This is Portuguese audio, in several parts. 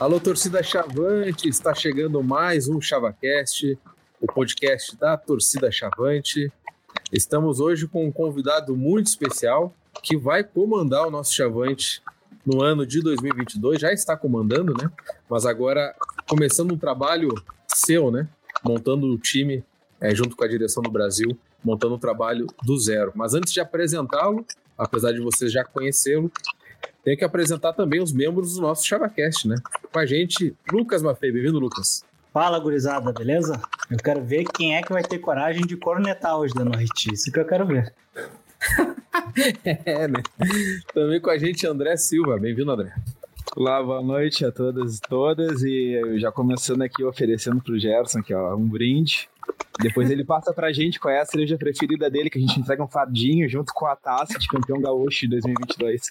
Alô, torcida Chavante, está chegando mais um ChavaCast, o podcast da torcida Chavante. Estamos hoje com um convidado muito especial que vai comandar o nosso Chavante no ano de 2022. Já está comandando, né? Mas agora começando um trabalho seu, né? Montando o time junto com a direção do Brasil, montando um trabalho do zero. Mas antes de apresentá-lo, apesar de vocês já conhecê-lo, tenho que apresentar também os membros do nosso ChavaCast, né? Com a gente, Lucas Maffei. Bem-vindo, Lucas. Fala, gurizada, beleza? Eu quero ver quem é que vai ter coragem de cornetar hoje da noite. Isso que eu quero ver. Né? Também com a gente, André Silva. Bem-vindo, André. Olá, boa noite a todas e todas. E já começando aqui oferecendo pro Gerson aqui, ó, um brinde. Depois ele passa pra gente qual é a cereja preferida dele, que a gente entrega um fardinho junto com a taça de campeão gaúcho de 2022.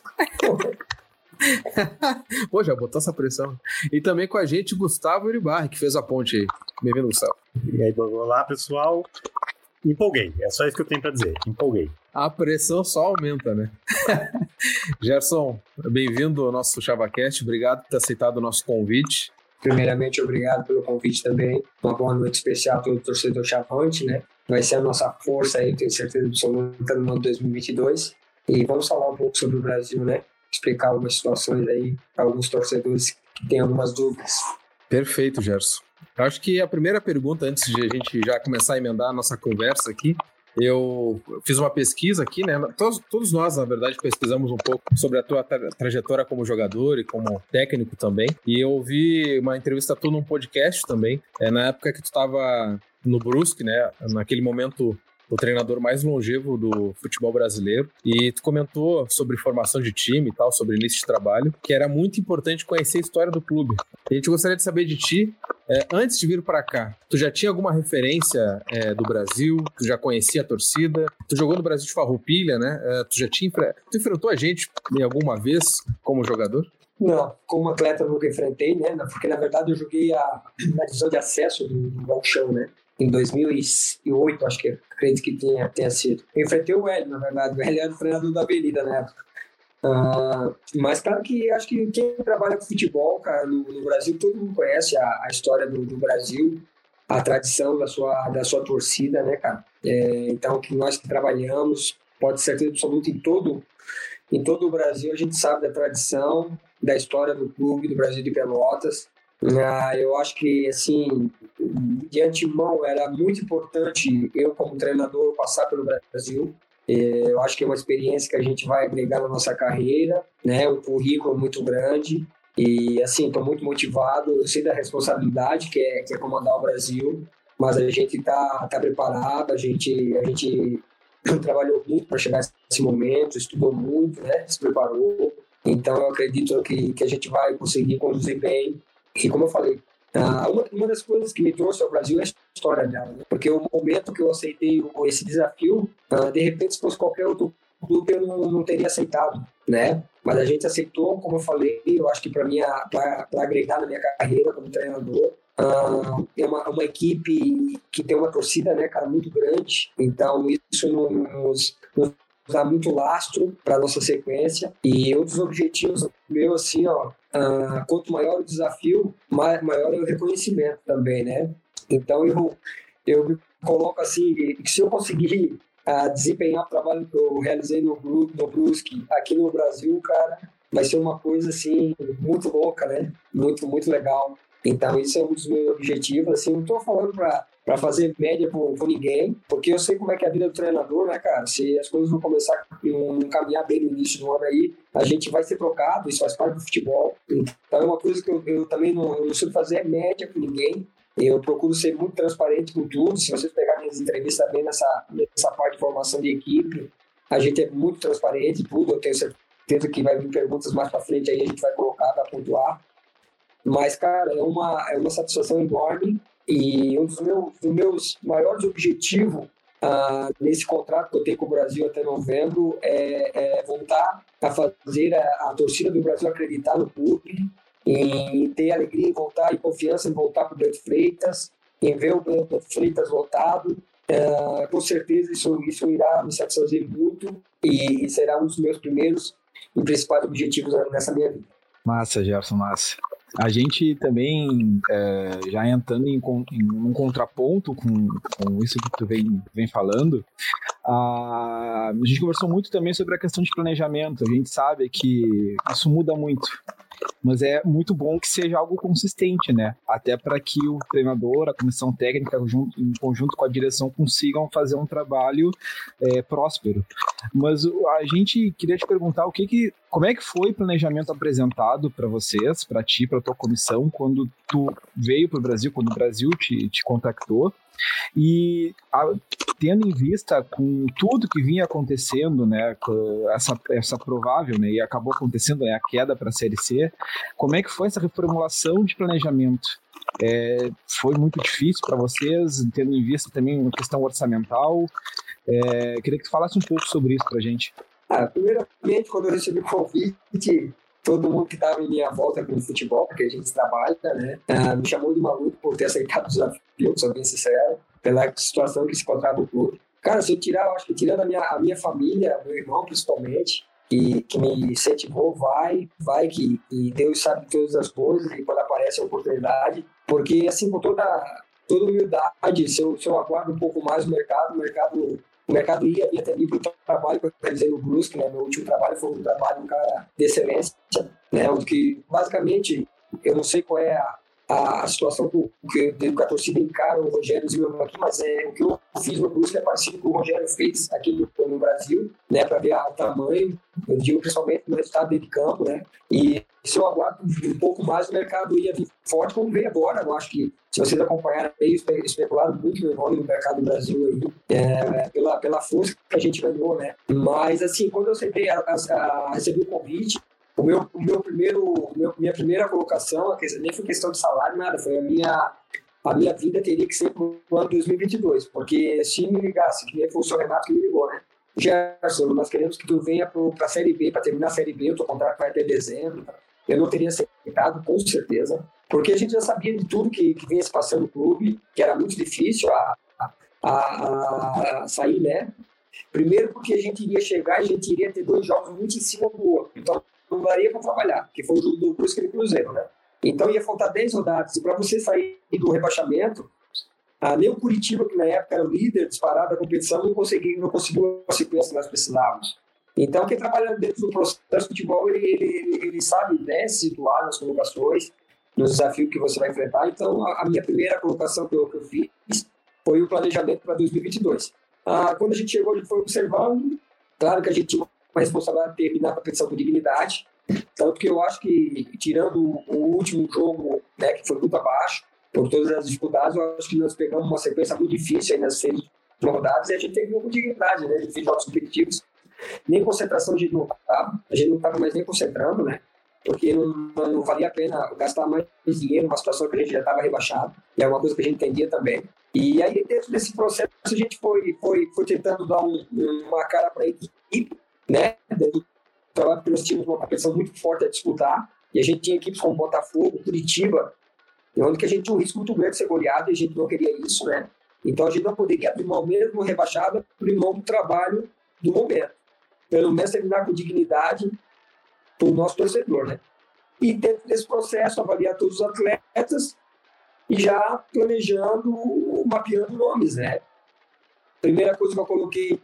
Pô, já botou essa pressão. E também com a gente, Gustavo Uribarri, que fez a ponte aí. Bem-vindo, Gustavo. E aí, olá, pessoal. Empolguei, é só isso que eu tenho pra dizer. Empolguei. A pressão só aumenta, né? Gerson, bem-vindo ao nosso ChavaCast. Obrigado por ter aceitado o nosso convite. Primeiramente, obrigado pelo convite também. Uma boa noite especial para o torcedor Chavante, né? Vai ser a nossa força aí, tenho certeza absoluta, no ano 2022. E vamos falar um pouco sobre o Brasil, né? Explicar algumas situações aí para alguns torcedores que têm algumas dúvidas. Perfeito, Gerson. Eu acho que a primeira pergunta, antes de a gente já começar a emendar a nossa conversa aqui, eu fiz uma pesquisa aqui, né? Todos nós, na verdade, pesquisamos um pouco sobre a tua trajetória como jogador e como técnico também. E eu ouvi uma entrevista tua num podcast também, na época que tu estava no Brusque, né? Naquele momento, o treinador mais longevo do futebol brasileiro, e tu comentou sobre formação de time e tal, sobre início de trabalho, que era muito importante conhecer a história do clube. E a gente gostaria de saber de ti, antes de vir para cá, tu já tinha alguma referência do Brasil? Tu já conhecia a torcida? Tu jogou no Brasil de Farroupilha, né? Tu enfrentou a gente em alguma vez como jogador? Não, como atleta eu nunca enfrentei, né? Porque na verdade eu joguei na divisão de acesso do Gauchão, né? Em 2008, acho que acredito que tenha sido. Eu enfrentei o Hélio, na verdade. O Hélio era o treinador da Avenida na época. Mas, claro que acho que quem trabalha com futebol, cara, no Brasil, todo mundo conhece a história do Brasil, a tradição da sua torcida, né, cara? Então, que nós que trabalhamos, pode ser certeza absoluta em todo o Brasil, a gente sabe da tradição, da história do clube, do Brasil de Pelotas. Eu acho que, assim, de antemão, era muito importante eu, como treinador, passar pelo Brasil. Eu acho que é uma experiência que a gente vai agregar na nossa carreira, né? Um currículo muito grande. E, assim, estou muito motivado. Eu sei da responsabilidade que é comandar o Brasil, mas a gente está preparado, a gente trabalhou muito para chegar nesse momento, estudou muito, né? Se preparou. Então, eu acredito que a gente vai conseguir conduzir bem. E como eu falei, uma das coisas que me trouxe ao Brasil é a história dela, né? Porque o momento que eu aceitei esse desafio, de repente, se fosse qualquer outro clube, eu não teria aceitado, né? Mas a gente aceitou, como eu falei, eu acho que para agregar na minha carreira como treinador, é uma equipe que tem uma torcida, né, cara, muito grande. Então, isso nos dá muito lastro para a nossa sequência. E outros objetivos meus, assim, quanto maior o desafio, maior é o reconhecimento também, né? Então, eu me coloco assim, que se eu conseguir desempenhar o trabalho que eu realizei no Brusque aqui no Brasil, cara, vai ser uma coisa, assim, muito louca, né? Muito, muito legal. Então, isso é um dos meus objetivos, assim, não estou falando para fazer média por ninguém, porque eu sei como é que é a vida do treinador, né, cara? Se as coisas não começar a não caminhar bem no início do ano aí, a gente vai ser trocado, isso faz parte do futebol. Então, é uma coisa que eu também não sei fazer é média com ninguém. Eu procuro ser muito transparente com tudo. Se vocês pegarem as entrevistas bem nessa parte de formação de equipe, a gente é muito transparente, tudo. Eu tenho certeza que vai vir perguntas mais para frente aí, a gente vai colocar para pontuar. Mas, cara, é uma satisfação enorme, e um dos meus maiores objetivos nesse contrato que eu tenho com o Brasil até novembro é voltar a fazer a torcida do Brasil acreditar no clube e ter alegria em voltar e confiança em voltar para o Bento Freitas, em ver o Bento Freitas voltado. Com certeza isso irá me satisfazer muito e será um dos meus primeiros e principais objetivos nessa minha vida. Massa, Gerson, massa. A gente também, já entrando em um contraponto com isso que tu vem falando, a gente conversou muito também sobre a questão de planejamento. A gente sabe que isso muda muito, mas é muito bom que seja algo consistente, né? Até para que o treinador, a comissão técnica, em conjunto com a direção, consigam fazer um trabalho próspero. Mas a gente queria te perguntar como é que foi o planejamento apresentado para vocês, para ti, para tua comissão, quando tu veio para o Brasil, quando o Brasil te contactou, e tendo em vista com tudo que vinha acontecendo, né, com essa provável, né, e acabou acontecendo, a queda para a Série C, como é que foi essa reformulação de planejamento? Foi muito difícil para vocês, tendo em vista também a questão orçamental? Queria que tu falasse um pouco sobre isso para a gente. Primeiramente, quando eu recebi o convite, todo mundo que estava em minha volta com o futebol, porque a gente trabalha, né, me chamou de maluco por ter aceitado o desafio, sou bem sincero, pela situação que se encontrava no clube. Cara, se eu tirar, eu acho que tirando a minha família, meu irmão principalmente, que me incentivou, vai que Deus sabe todas as coisas e quando aparece a oportunidade, porque assim, com toda humildade, se eu aguardo um pouco mais o mercado ia até mim para o trabalho que eu realizei no Brusque, né? Meu último trabalho foi um trabalho, cara, de excelência, né? Onde que, basicamente, eu não sei qual é a situação que a torcida encara o Rogério Zimmermann aqui, mas o que eu fiz no Brusque é parecido com o que o Rogério fez aqui no Brasil, né? Para ver o tamanho, eu digo principalmente no resultado dentro de campo, né? E se eu aguardo um pouco mais, o mercado ia vir forte como veio agora. Eu acho que, se vocês acompanharam, meio especulado muito meu nome no mercado do Brasil aí, pela força que a gente ganhou, né? Mas, assim, quando eu recebi o convite, minha primeira colocação, nem foi questão de salário, nada, foi a minha vida teria que ser para o ano 2022, porque se me ligasse, que nem foi o seu Renato que me ligou, né? Gerson, nós queremos que tu venha para a Série B, para terminar a Série B, o teu contrato vai até dezembro. Eu não teria aceitado, com certeza, porque a gente já sabia de tudo que vinha se passando no clube, que era muito difícil a sair, né? Primeiro porque a gente iria chegar e a gente iria ter 2 jogos muito em cima do outro, então não daria para trabalhar, que foi o jogo do Brusque e do Cruzeiro, né? Então ia faltar 10 rodadas, e para você sair do rebaixamento, nem o Curitiba, que na época era o líder disparado da competição, não conseguiu a sequência que nós precisávamos. Então, quem trabalha dentro do processo de futebol, ele sabe, né, se situar nas colocações, nos desafios que você vai enfrentar. Então, a minha primeira colocação que eu fiz foi o planejamento para 2022. Quando a gente chegou, a gente foi observando, claro que a gente tinha uma responsabilidade de terminar a competição com dignidade, tanto que eu acho que, tirando o último jogo, né, que foi muito abaixo, por todas as dificuldades, eu acho que nós pegamos uma sequência muito difícil aí nas 6 rodadas e a gente teve com dignidade, né? A gente fez jogos competitivos, nem concentração a gente não estava mais nem concentrando, né? Porque não valia a pena gastar mais dinheiro numa situação que a gente já estava rebaixado, e é uma coisa que a gente entendia também. E aí, dentro desse processo, a gente foi tentando dar uma cara para a equipe, né? Dentro do trabalho que nós tínhamos uma competição muito forte a disputar, e a gente tinha equipes como Botafogo, Curitiba, onde que a gente tinha um risco muito grande de ser goleado e a gente não queria isso, né? Então a gente não poderia abrir mão, mesmo rebaixado, abrir mão do trabalho do momento. Pelo menos terminar com dignidade para o nosso torcedor, né? E dentro desse processo, avaliar todos os atletas e já planejando, mapeando nomes, né? Primeira coisa que eu coloquei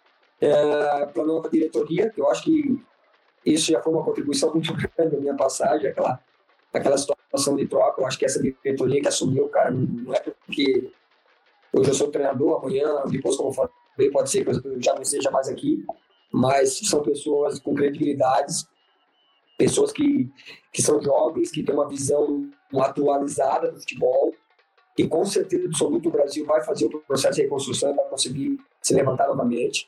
para a nova diretoria, que eu acho que isso já foi uma contribuição muito grande da minha passagem, aquela situação de troca. Eu acho que essa diretoria que assumiu, cara, não é porque hoje eu sou treinador, amanhã, depois, como eu falei, pode ser que eu já não esteja mais aqui, mas são pessoas com credibilidades, pessoas que são jovens, que têm uma visão atualizada do futebol, e com certeza absoluta o Brasil vai fazer o processo de reconstrução e vai conseguir se levantar novamente.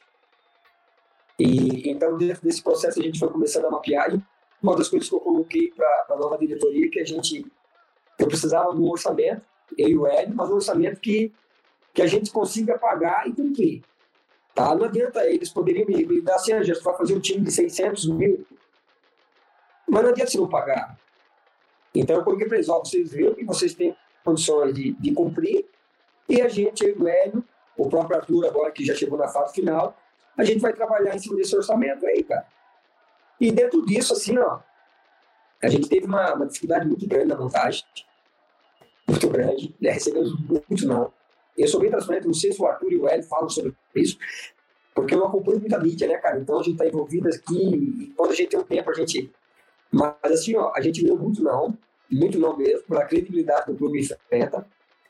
E então, dentro desse processo, a gente foi começando a mapear. E uma das coisas que eu coloquei para a nova diretoria, que eu precisava de um orçamento, eu e o Hélio, mas um orçamento que a gente consiga pagar e cumprir. Tá? Não adianta, eles poderiam me dar assim, a gente vai fazer um time de 600 mil, mas não adianta se não pagar. Então eu coloquei para eles, vocês viram que vocês têm condições de cumprir, e a gente, eu e o Hélio, o próprio Arthur agora, que já chegou na fase final, a gente vai trabalhar em cima desse orçamento aí, cara. E dentro disso, assim, a gente teve uma dificuldade muito grande na montagem, muito grande, né? Recebemos muito não. Eu sou bem transparente, não sei se o Arthur e o Hélio falam sobre isso, porque eu acompanho muita mídia, né, cara? Então a gente tá envolvido aqui, e quando a gente tem um tempo, a gente... Mas assim, ó, a gente viu muito não mesmo, pela credibilidade do clube enfrenta,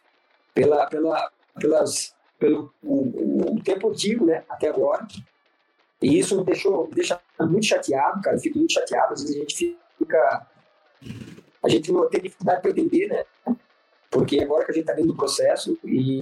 pelo tempo antigo, né, até agora. E isso me deixa muito chateado, cara. Eu fico muito chateado. Às vezes a gente não tem dificuldade para entender, né? Porque agora que a gente está dentro do processo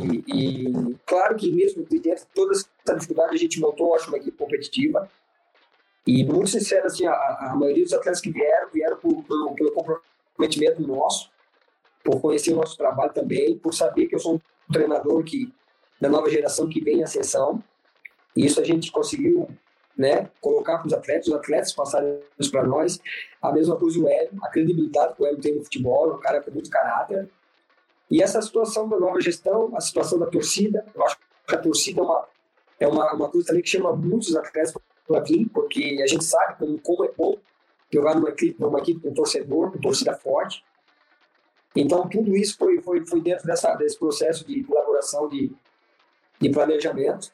e claro que mesmo dentro de toda essa dificuldade a gente montou, acho, uma equipe competitiva. E muito sincero, assim, a maioria dos atletas que vieram pelo comprometimento nosso, por conhecer o nosso trabalho também, por saber que eu sou um treinador da nova geração que vem em ascensão. E isso a gente conseguiu, né, colocar para os atletas passarem isso para nós. A mesma coisa o Hélio, a credibilidade que o Hélio tem no futebol, um cara com muito caráter. E essa situação da nova gestão, a situação da torcida, eu acho que a torcida é uma coisa também que chama muitos atletas para vir, porque a gente sabe como é bom jogar numa equipe com torcedor, com torcida forte. Então, tudo isso foi dentro desse processo de elaboração de planejamento.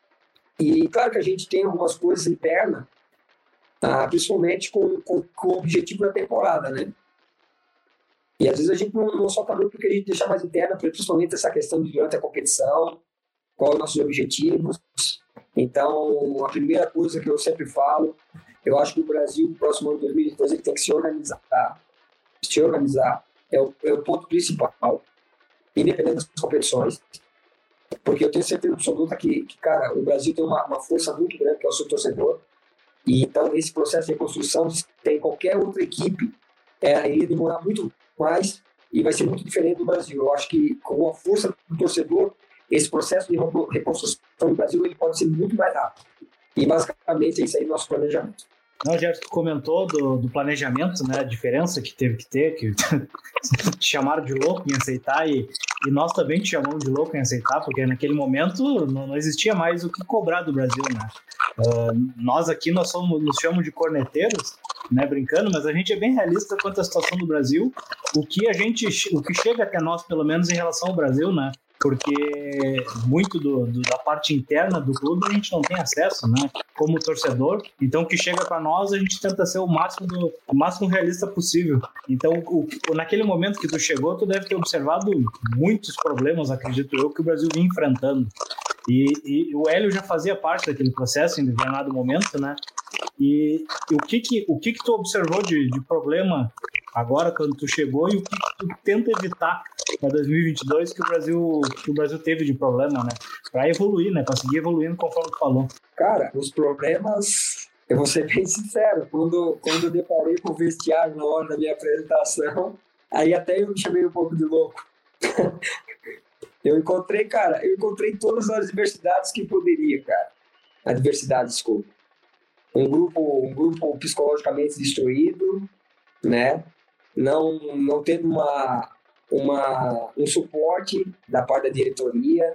E claro que a gente tem algumas coisas internas, principalmente com o objetivo da temporada, né? E às vezes a gente não solta muito porque a gente deixa mais interna, principalmente essa questão de durante a competição, quais os nossos objetivos. Então, a primeira coisa que eu sempre falo, eu acho que o Brasil, no próximo ano de 2022, ele tem que se organizar. Se organizar é o ponto principal, independente das competições. Porque eu tenho certeza absoluta que cara, o Brasil tem uma força muito grande, que é o seu torcedor. E então, esse processo de reconstrução, se tem qualquer outra equipe, iria demorar muito mais e vai ser muito diferente do Brasil. Eu acho que, com a força do torcedor, esse processo de reconstrução do Brasil ele pode ser muito mais rápido. E, basicamente, é isso aí o nosso planejamento. Não, Gerson, tu comentou do planejamento, né? A diferença que teve que ter, que te chamaram de louco em aceitar e nós também te chamamos de louco em aceitar, porque naquele momento não existia mais o que cobrar do Brasil, né? Nós aqui nos chamamos de corneteiros, né? Brincando, mas a gente é bem realista quanto à situação do Brasil, o que chega até nós, pelo menos em relação ao Brasil, né? Porque muito da parte interna do clube a gente não tem acesso, né? Como torcedor. Então, o que chega para nós, a gente tenta ser o máximo realista possível. Então, naquele momento que tu chegou, tu deve ter observado muitos problemas, acredito eu, que o Brasil vinha enfrentando. E o Hélio já fazia parte daquele processo em determinado momento, né? E o que tu observou de problema agora, quando tu chegou, e o que tu tenta evitar para 2022 que o Brasil teve de problema, né? Para evoluir, né? Para seguir evoluindo conforme tu falou. Cara, os problemas, eu vou ser bem sincero, quando eu deparei com o vestiário na hora da minha apresentação, aí até eu me chamei um pouco de louco. Eu encontrei todas as adversidades que poderia, cara. Adversidade, desculpa. Um grupo psicologicamente destruído, né? Não tendo um suporte da parte da diretoria.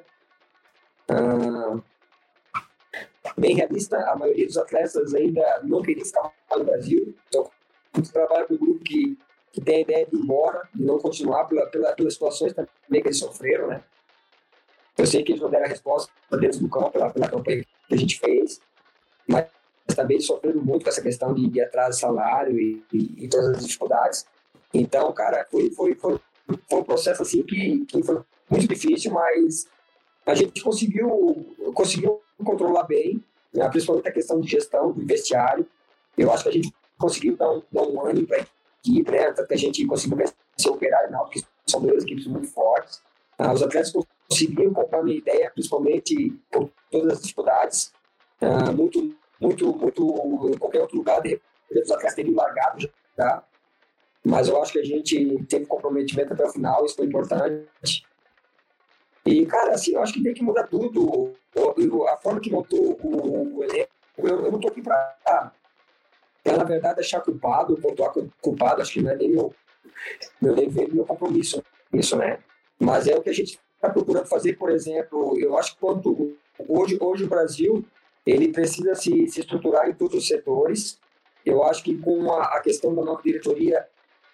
Bem realista, a maioria dos atletas ainda não queria ficar no Brasil. Então, muito trabalho com o grupo que tem a ideia de ir embora, de não continuar pelas situações também que eles sofreram, né? Eu sei que eles não deram a resposta dentro do campo, pela campanha que a gente fez, mas também eles sofreram muito com essa questão de atraso de salário e todas as dificuldades. Então, cara, foi um processo assim que foi muito difícil, mas a gente conseguiu controlar bem, né? Principalmente a questão de gestão do vestiário. Eu acho que a gente conseguiu dar um ânimo para a equipe, né? Até a gente conseguiu vencer o Operário e Náutico, que são duas equipes muito fortes. Os atletas conseguiram comprar a minha ideia, principalmente por todas as dificuldades. Muito em qualquer outro lugar, de repente, os atletas teriam largado já. Mas eu acho que a gente teve comprometimento até o final, isso foi importante. E, cara, assim, eu acho que tem que mudar tudo. A forma que montou o elenco, eu não estou aqui para, na verdade, achar culpado, pontuar culpado, acho que não é nem meu dever, meu compromisso, isso, né? Mas é o que a gente está procurando fazer, por exemplo, eu acho que hoje o Brasil, ele precisa se estruturar em todos os setores, Eu acho que com a questão da nova diretoria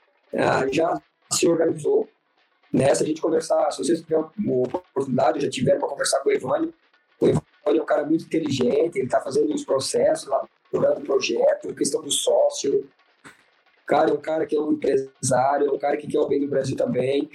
já se organizou. Né? Se a gente conversar, se vocês tiverem uma oportunidade, já tiveram para conversar com o Evânio é um cara muito inteligente, ele está fazendo os processos, elaborando o projeto, questão do sócio. Cara, é um cara que é um empresário, é um cara que quer o bem do Brasil também.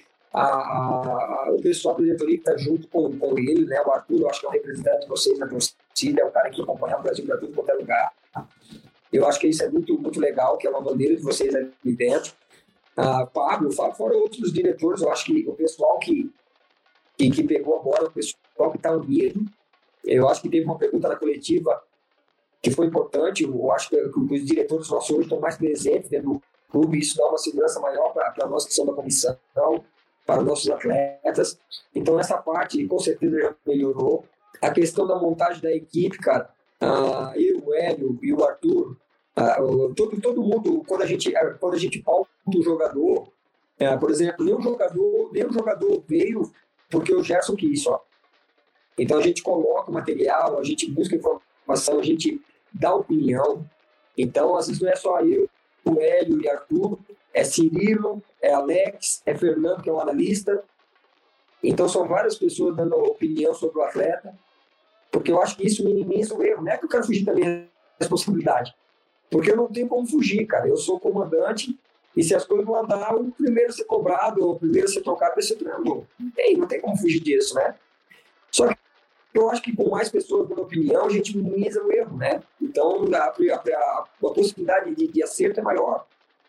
O pessoal da diretoria que está junto com ele, né? O Arthur, eu acho que é um representante de vocês na torcida, é um cara que acompanha o Brasil para tudo quanto é lugar. Eu acho que isso é muito, muito legal, que é uma bandeira de vocês ali dentro. Pablo, fora outros diretores, eu acho que o pessoal que pegou a bola, o pessoal que está unido. Eu acho que teve uma pergunta na coletiva que foi importante. Eu acho que os diretores nossos hoje estão mais presentes dentro do clube, isso dá uma segurança maior para a nossa questão da comissão, para os nossos atletas. Então, essa parte, com certeza, já melhorou. A questão da montagem da equipe, cara, eu, o Hélio e o Arthur, todo mundo, quando a gente pauta o jogador, por exemplo, nenhum jogador veio porque o Gerson quis, ó. Então, a gente coloca o material, a gente busca informação, a gente dá opinião. Então, às vezes, não é só eu, o Hélio e Arthur, é Cirilo, é Alex, é Fernando, que é um analista. Então, são várias pessoas dando opinião sobre o atleta, porque eu acho que isso minimiza o erro. Não é que eu quero fugir da minha responsabilidade, porque eu não tenho como fugir, cara. Eu sou comandante, e se as coisas não andar, o primeiro a ser cobrado, o primeiro a ser trocado vai ser o treinador. Não tem como fugir disso, né? Só que eu acho que com mais pessoas dando opinião, a gente minimiza o erro, né? Então, a possibilidade de acerto é maior.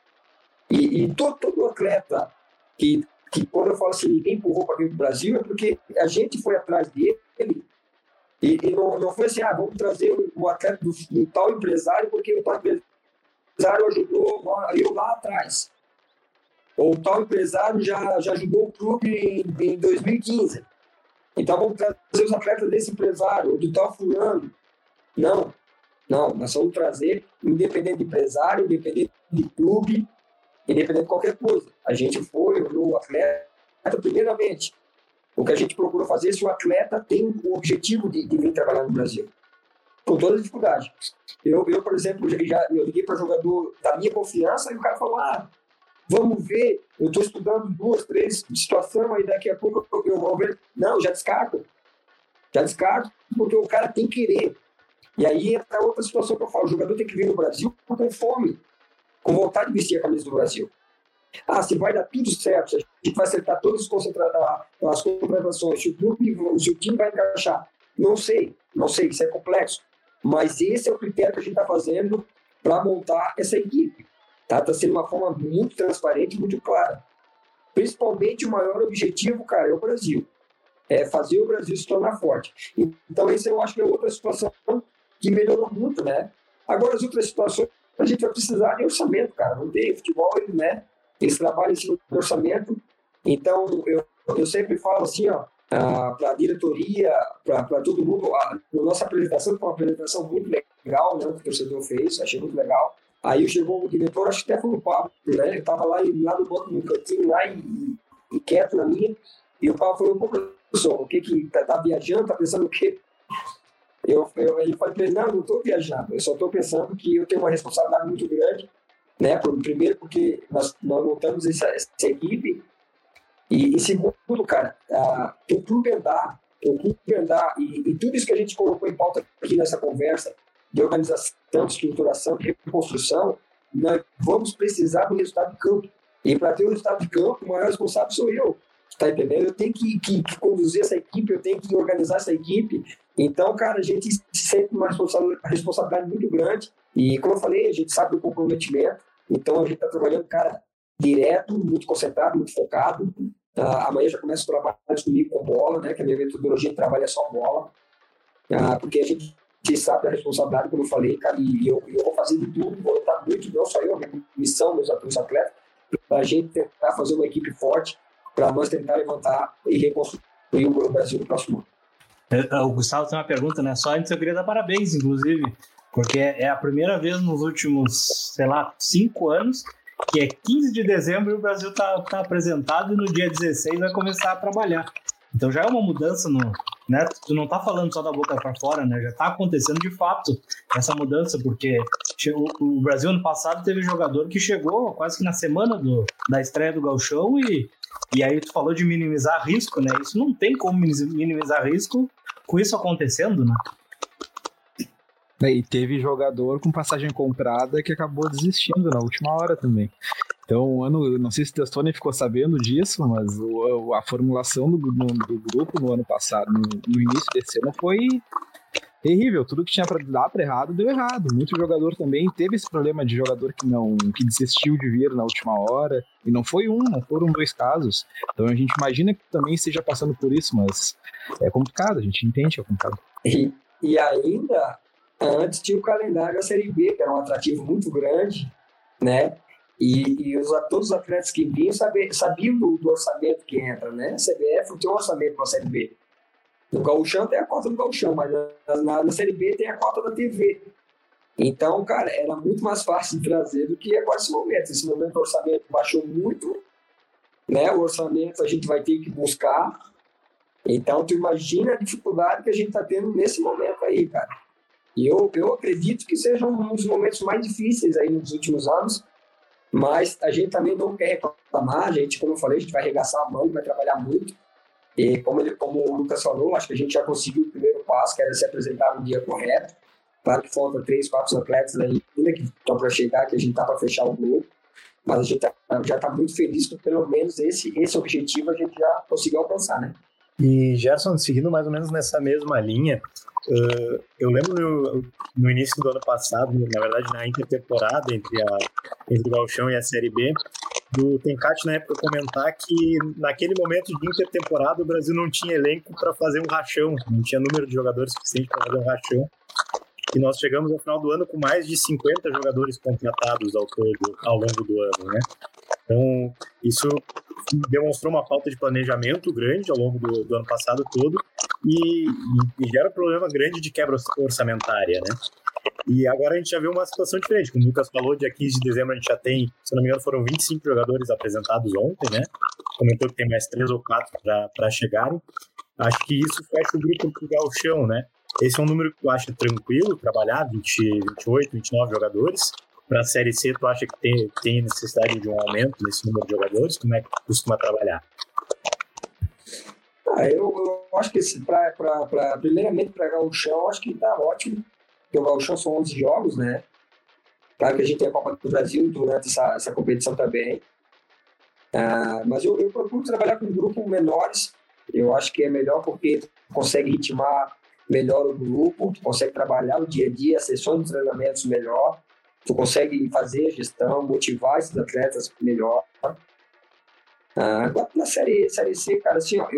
E todo atleta que quando eu falo assim, ninguém empurrou para vir para o Brasil, é porque a gente foi atrás dele e não foi assim, vamos trazer o atleta do tal empresário porque o tal empresário ajudou eu lá atrás. Ou o tal empresário já ajudou o clube em 2015. Então, vamos trazer os atletas desse empresário, ou do tal fulano. Não, nós vamos trazer independente de empresário, independente de clube, independente de qualquer coisa. A gente foi no atleta, primeiramente. O que a gente procura fazer é se o atleta tem o objetivo de vir trabalhar no Brasil. Com toda a dificuldade. Eu por exemplo, eu liguei para jogador da minha confiança e o cara falou, vamos ver, eu estou estudando 2, 3 situações, aí daqui a pouco eu vou ver. Não, já descarto, porque o cara tem que querer. E aí entra outra situação que eu falo, o jogador tem que vir no Brasil com fome, com vontade de vestir a camisa do Brasil. Se vai dar tudo certo, se a gente vai acertar todas as contratações, se o time vai encaixar. Não sei, isso é complexo. Mas esse é o critério que a gente está fazendo para montar essa equipe. Tá sendo uma forma muito transparente, muito clara. Principalmente o maior objetivo, cara, é o Brasil. É fazer o Brasil se tornar forte. Então, esse eu acho que é outra situação que melhorou muito, né? Agora, as outras situações, a gente vai precisar de orçamento, cara. Não tem futebol, né? Eles trabalham em cima do orçamento. Então, eu sempre falo assim, para a diretoria, para todo mundo, a nossa apresentação foi uma apresentação muito legal, né? Que o torcedor fez, achei muito legal. Aí chegou o diretor, acho que até foi no Pablo, né? Eu estava lá no banco, no cantinho, lá e quieto na minha. E o Pablo falou, professor, o que tá viajando, tá pensando o quê? Ele falou para ele, não estou viajando, eu só estou pensando que eu tenho uma responsabilidade muito grande, né? Primeiro porque nós montamos essa equipe, e segundo, cara, o clube andar, e tudo isso que a gente colocou em pauta aqui nessa conversa, de organização, de estruturação, de reconstrução, nós vamos precisar do resultado de campo. E para ter o resultado de campo, o maior responsável sou eu. Tá entendendo? Eu tenho que conduzir essa equipe, eu tenho que organizar essa equipe. Então, cara, a gente sente uma responsabilidade muito grande. E, como eu falei, a gente sabe do comprometimento. Então, a gente está trabalhando, cara, direto, muito concentrado, muito focado. Amanhã já começa o trabalho comigo com bola, né? Que a minha metodologia de trabalho é só bola. Porque a gente sabe da responsabilidade, como eu falei, cara, e eu vou fazer de tudo, vou lutar muito, não só eu, a minha missão, meus atletas, para a gente tentar fazer uma equipe forte, para nós tentar levantar e reconstruir o Brasil no próximo ano. O Gustavo tem uma pergunta, né? Só antes eu queria dar parabéns, inclusive, porque é a primeira vez nos últimos, 5 anos, que é 15 de dezembro e o Brasil tá apresentado e no dia 16 vai começar a trabalhar. Então já é uma mudança né? Tu não tá falando só da boca para fora, né? Já tá acontecendo de fato essa mudança, porque o Brasil ano passado teve jogador que chegou quase que na semana da estreia do Gauchão e aí tu falou de minimizar risco, né? Isso não tem como minimizar risco com isso acontecendo, né? E teve jogador com passagem comprada que acabou desistindo na última hora também. Então, não sei se o Testoni ficou sabendo disso, mas a formulação do grupo no ano passado, no início desse ano, foi terrível. Tudo que tinha para dar para errado, deu errado. Muito jogador também teve esse problema de jogador que desistiu de vir na última hora. E não foi não foram 2 casos. Então a gente imagina que também esteja passando por isso, mas é complicado, a gente entende que é complicado. E ainda, antes tinha o calendário da Série B, que era um atrativo muito grande, né? E todos os atletas que vinham sabiam do orçamento que entra, né? A CBF tem um orçamento para a Série B. No Gauchão tem a cota do Gauchão, mas na Série B tem a cota da TV. Então, cara, era muito mais fácil de trazer do que agora esse momento. Esse momento o orçamento baixou muito, né? O orçamento a gente vai ter que buscar. Então, tu imagina a dificuldade que a gente está tendo nesse momento aí, cara. E eu acredito que seja um dos momentos mais difíceis aí nos últimos anos, mas a gente também não quer reclamar. A gente, como eu falei, a gente vai arregaçar a mão, vai trabalhar muito. E como o Lucas falou, acho que a gente já conseguiu o primeiro passo, que era se apresentar no dia correto. Claro que faltam 3, 4 atletas ainda que estão para chegar, que a gente está para fechar o grupo. Mas a gente já está muito feliz que pelo menos esse objetivo a gente já conseguiu alcançar, né? E, Gerson, seguindo mais ou menos nessa mesma linha, eu lembro no início do ano passado, na verdade na intertemporada entre o Gauchão e a Série B, do Tencati na época comentar que naquele momento de intertemporada o Brasil não tinha elenco para fazer um rachão, não tinha número de jogadores suficiente para fazer um rachão, e nós chegamos ao final do ano com mais de 50 jogadores contratados ao longo do ano, né? Então, isso demonstrou uma falta de planejamento grande ao longo do ano passado todo e gera um problema grande de quebra orçamentária, né? E agora a gente já vê uma situação diferente. Como o Lucas falou, dia 15 de dezembro a gente já tem, se não me engano, foram 25 jogadores apresentados ontem, né? Comentou que tem mais 3 ou 4 para chegarem. Acho que isso fecha o grupo do Gauchão, né? Esse é um número que eu acho tranquilo, trabalhar 28, 29 jogadores. Para a Série C, tu acha que tem necessidade de um aumento nesse número de jogadores? Como é que costuma trabalhar? Eu acho que primeiramente para Gauchão, acho que está ótimo, porque o Gauchão são 11 jogos, né? Claro que a gente tem a Copa do Brasil durante essa competição também. Mas eu procuro trabalhar com grupos menores. Eu acho que é melhor porque tu consegue ritmar melhor o grupo, tu consegue trabalhar o dia a dia, as sessões de treinamentos melhor, tu consegue fazer a gestão, motivar esses atletas melhor. Na série C, cara, assim, ó,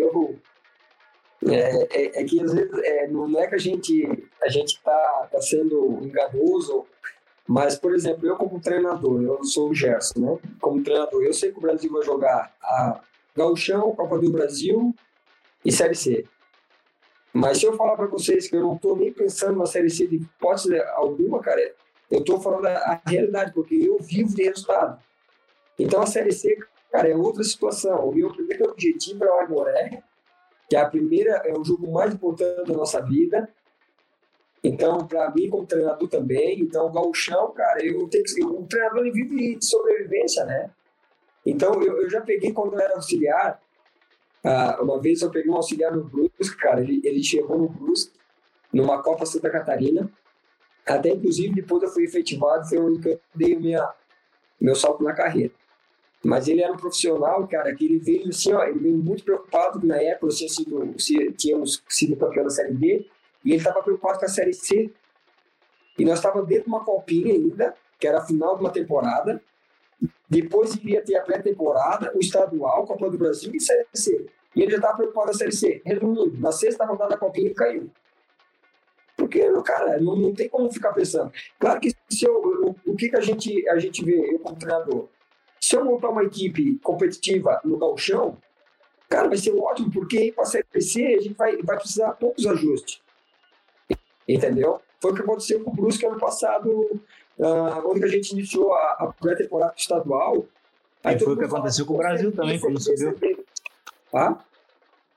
é que às vezes não é que a gente tá sendo enganoso, mas, por exemplo, eu como treinador, eu sou o Gerson, né? Como treinador, eu sei que o Brasil vai jogar a Gauchão, Copa do Brasil e Série C. Mas se eu falar para vocês que eu não estou nem pensando na Série C de hipótese alguma, cara, eu estou falando a realidade, porque eu vivo de resultado. Então, a Série C, cara, é outra situação. O meu primeiro objetivo é o Aimoré, que é o jogo mais importante da nossa vida. Então, para mim, como treinador também, então, o Gauchão, cara, eu tenho que ser um treinador em vive de sobrevivência, né? Então, eu já peguei quando eu era auxiliar. Uma vez eu peguei um auxiliar no Brusque, cara, ele chegou no Brusque, numa Copa Santa Catarina, até inclusive depois eu fui efetivado, foi onde eu dei meu salto na carreira. Mas ele era um profissional, cara, que ele veio assim, ó, ele veio muito preocupado, que na época tínhamos sido campeão da Série B, e ele estava preocupado com a Série C. E nós estávamos dentro de uma copinha ainda, que era a final de uma temporada, depois iria ter a pré-temporada, o estadual, Copa do Brasil e Série C. E ele já estava preocupado com a Série C. Resumindo, na sexta rodada da Copinha ele caiu. Porque, cara, não tem como ficar pensando. Claro que o que a gente vê, eu como treinador, se eu montar uma equipe competitiva no Gauchão, cara, vai ser ótimo, porque para a Série C a gente vai precisar de poucos ajustes. Entendeu? Foi o que aconteceu com o Brusque ano passado, onde a gente iniciou a pré-temporada estadual. Aí foi o que aconteceu com o Brasil também, quando subiu.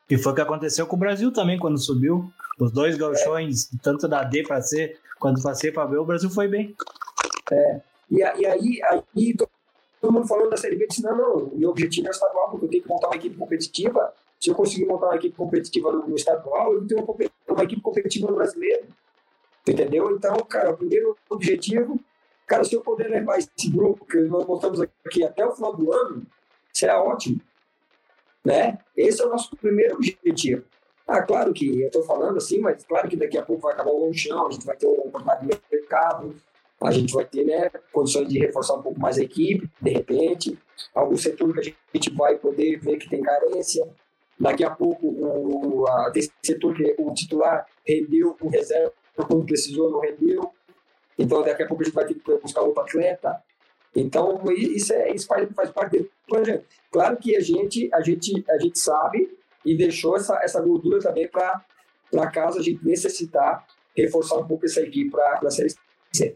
E foi o que aconteceu com o Brasil também, quando subiu. Os dois gauchões, tanto da D para C, quanto para C para B, o Brasil foi bem. E aí todo mundo falando da Série B, disse, não, o meu objetivo é estadual, porque eu tenho que montar uma equipe competitiva. Se eu conseguir montar uma equipe competitiva no estadual, eu tenho uma equipe competitiva no brasileiro. Entendeu? Então, cara, o primeiro objetivo, cara, se eu puder levar esse grupo que nós mostramos aqui até o final do ano, será ótimo. Né? Esse é o nosso primeiro objetivo. Claro que eu estou falando assim, mas claro que daqui a pouco vai acabar o lonchão, a gente vai ter uma oportunidade de mercado, a gente vai ter, né, condições de reforçar um pouco mais a equipe, de repente, algum setor que a gente vai poder ver que tem carência. Daqui a pouco tem setor que o titular rendeu com reserva, quando precisou não rendeu. Então daqui a pouco a gente vai ter que buscar outro atleta. Então isso faz parte do planejamento. Claro que a gente sabe e deixou essa gordura também para caso a gente necessitar reforçar um pouco essa equipe para a Série C.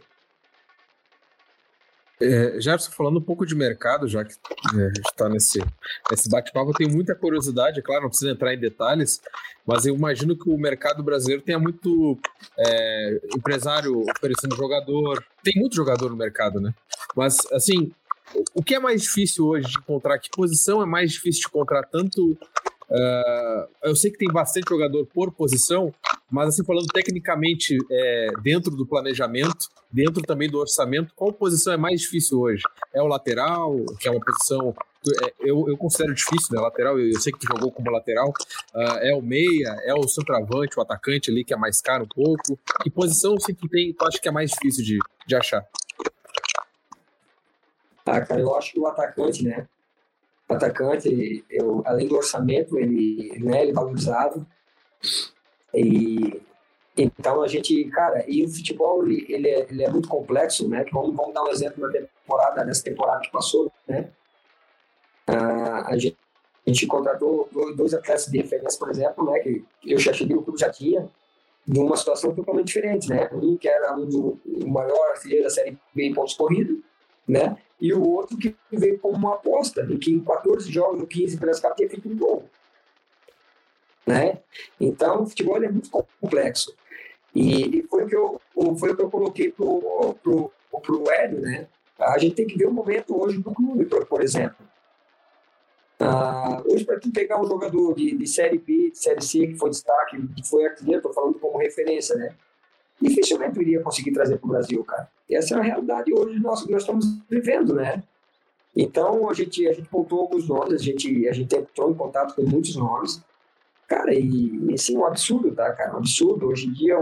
Gerson, falando um pouco de mercado, já que a gente está nesse bate-papo, eu tenho muita curiosidade, é claro, não precisa entrar em detalhes, mas eu imagino que o mercado brasileiro tenha muito empresário oferecendo jogador, tem muito jogador no mercado, né? Mas, assim, o que é mais difícil hoje de encontrar? Que posição é mais difícil de encontrar? Tanto... eu sei que tem bastante jogador por posição, mas assim, falando tecnicamente dentro do planejamento, dentro também do orçamento, qual posição é mais difícil hoje? É o lateral, que é uma posição eu considero difícil, né? Lateral, eu sei que tu jogou como lateral, é o meia, é o centroavante, o atacante ali que é mais caro um pouco. Que posição assim, tu acha que é mais difícil de achar? Cara, eu acho que o atacante, né? O atacante, além do orçamento, ele é valorizado. E então a gente, cara, e o futebol ele é muito complexo, né? Vamos dar um exemplo dessa temporada que passou, né? A gente contratou dois atletas de referência, por exemplo, né? Que eu já cheguei, o clube já tinha, de uma situação totalmente diferente, né? Um que era o maior artilheiro da Série B em pontos corridos, né? E o outro que veio como uma aposta, em que em 14 jogos, no 15, Piracicaba tinha feito um gol. Né? Então, o futebol é muito complexo. E foi o que eu coloquei pro Hélio, né? A gente tem que ver o momento hoje do clube, por exemplo. Hoje, para tu pegar um jogador de Série B, de Série C, que foi destaque, que foi artilheiro, estou falando como referência, né? Dificilmente eu iria conseguir trazer para o Brasil, cara. E essa é a realidade hoje nós estamos vivendo, né? Então, a gente montou alguns nomes, a gente entrou em contato com muitos nomes. Cara, e assim, um absurdo, tá, cara? Um absurdo. Hoje em dia,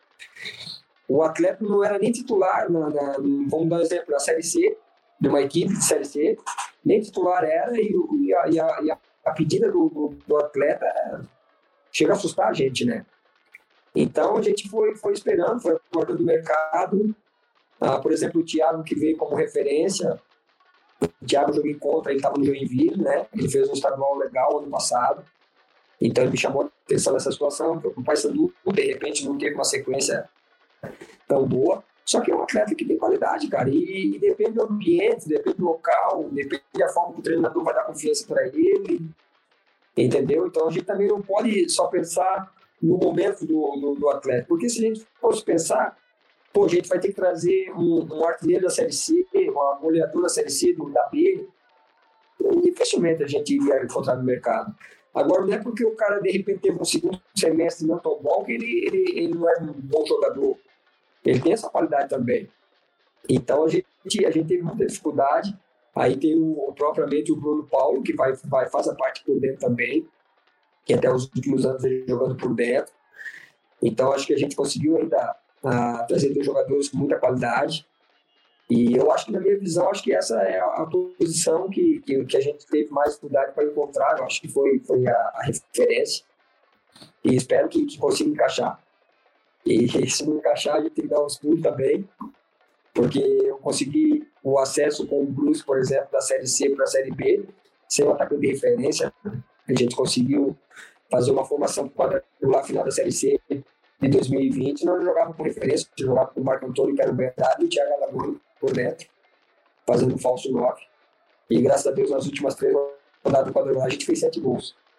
o atleta não era nem titular, vamos dar um exemplo, na Série C, de uma equipe de Série C, nem titular era, e a pedida do atleta chega a assustar a gente, né? Então, a gente foi esperando, foi aguardando o mercado. Por exemplo, o Thiago, que veio como referência, o Thiago jogou em contra, ele estava no Joinville, né? Ele fez um estadual legal ano passado. Então, ele me chamou a atenção nessa situação, porque o Paysandu, de repente, não teve uma sequência tão boa. Só que é um atleta que tem qualidade, cara. E depende do ambiente, depende do local, depende da forma que o treinador vai dar confiança para ele. Entendeu? Então, a gente também não pode só pensar no momento do atleta. Porque se a gente fosse pensar, a gente vai ter que trazer um artilheiro da Série C, uma goleadora da Série C, da B. Dificilmente a gente iria encontrar no mercado. Agora, não é porque o cara, de repente, teve um segundo semestre não tão bom que ele não é um bom jogador. Ele tem essa qualidade também. Então, a gente teve muita dificuldade. Aí tem propriamente o Bruno Paulo, que faz a parte por dentro também, que até os últimos anos ele jogando por dentro. Então, acho que a gente conseguiu ainda trazer dois jogadores com muita qualidade. E eu acho que, na minha visão, acho que essa é a posição que a gente teve mais dificuldade para encontrar. Eu acho que foi a referência. E espero que consiga encaixar. E se não encaixar, a gente tem que dar uns pulos também, porque eu consegui o acesso com o Bruce, por exemplo, da Série C para a Série B, sem um atacante de referência. A gente conseguiu fazer uma formação quadrangular final da Série C de 2020. Nós jogávamos com referência, jogava com o Marco Antônio, que era o verdade, e o Thiago Alagoas por dentro, fazendo um falso 9. E graças a Deus, nas últimas 3 rodadas do quadrangular, a gente fez 7 gols.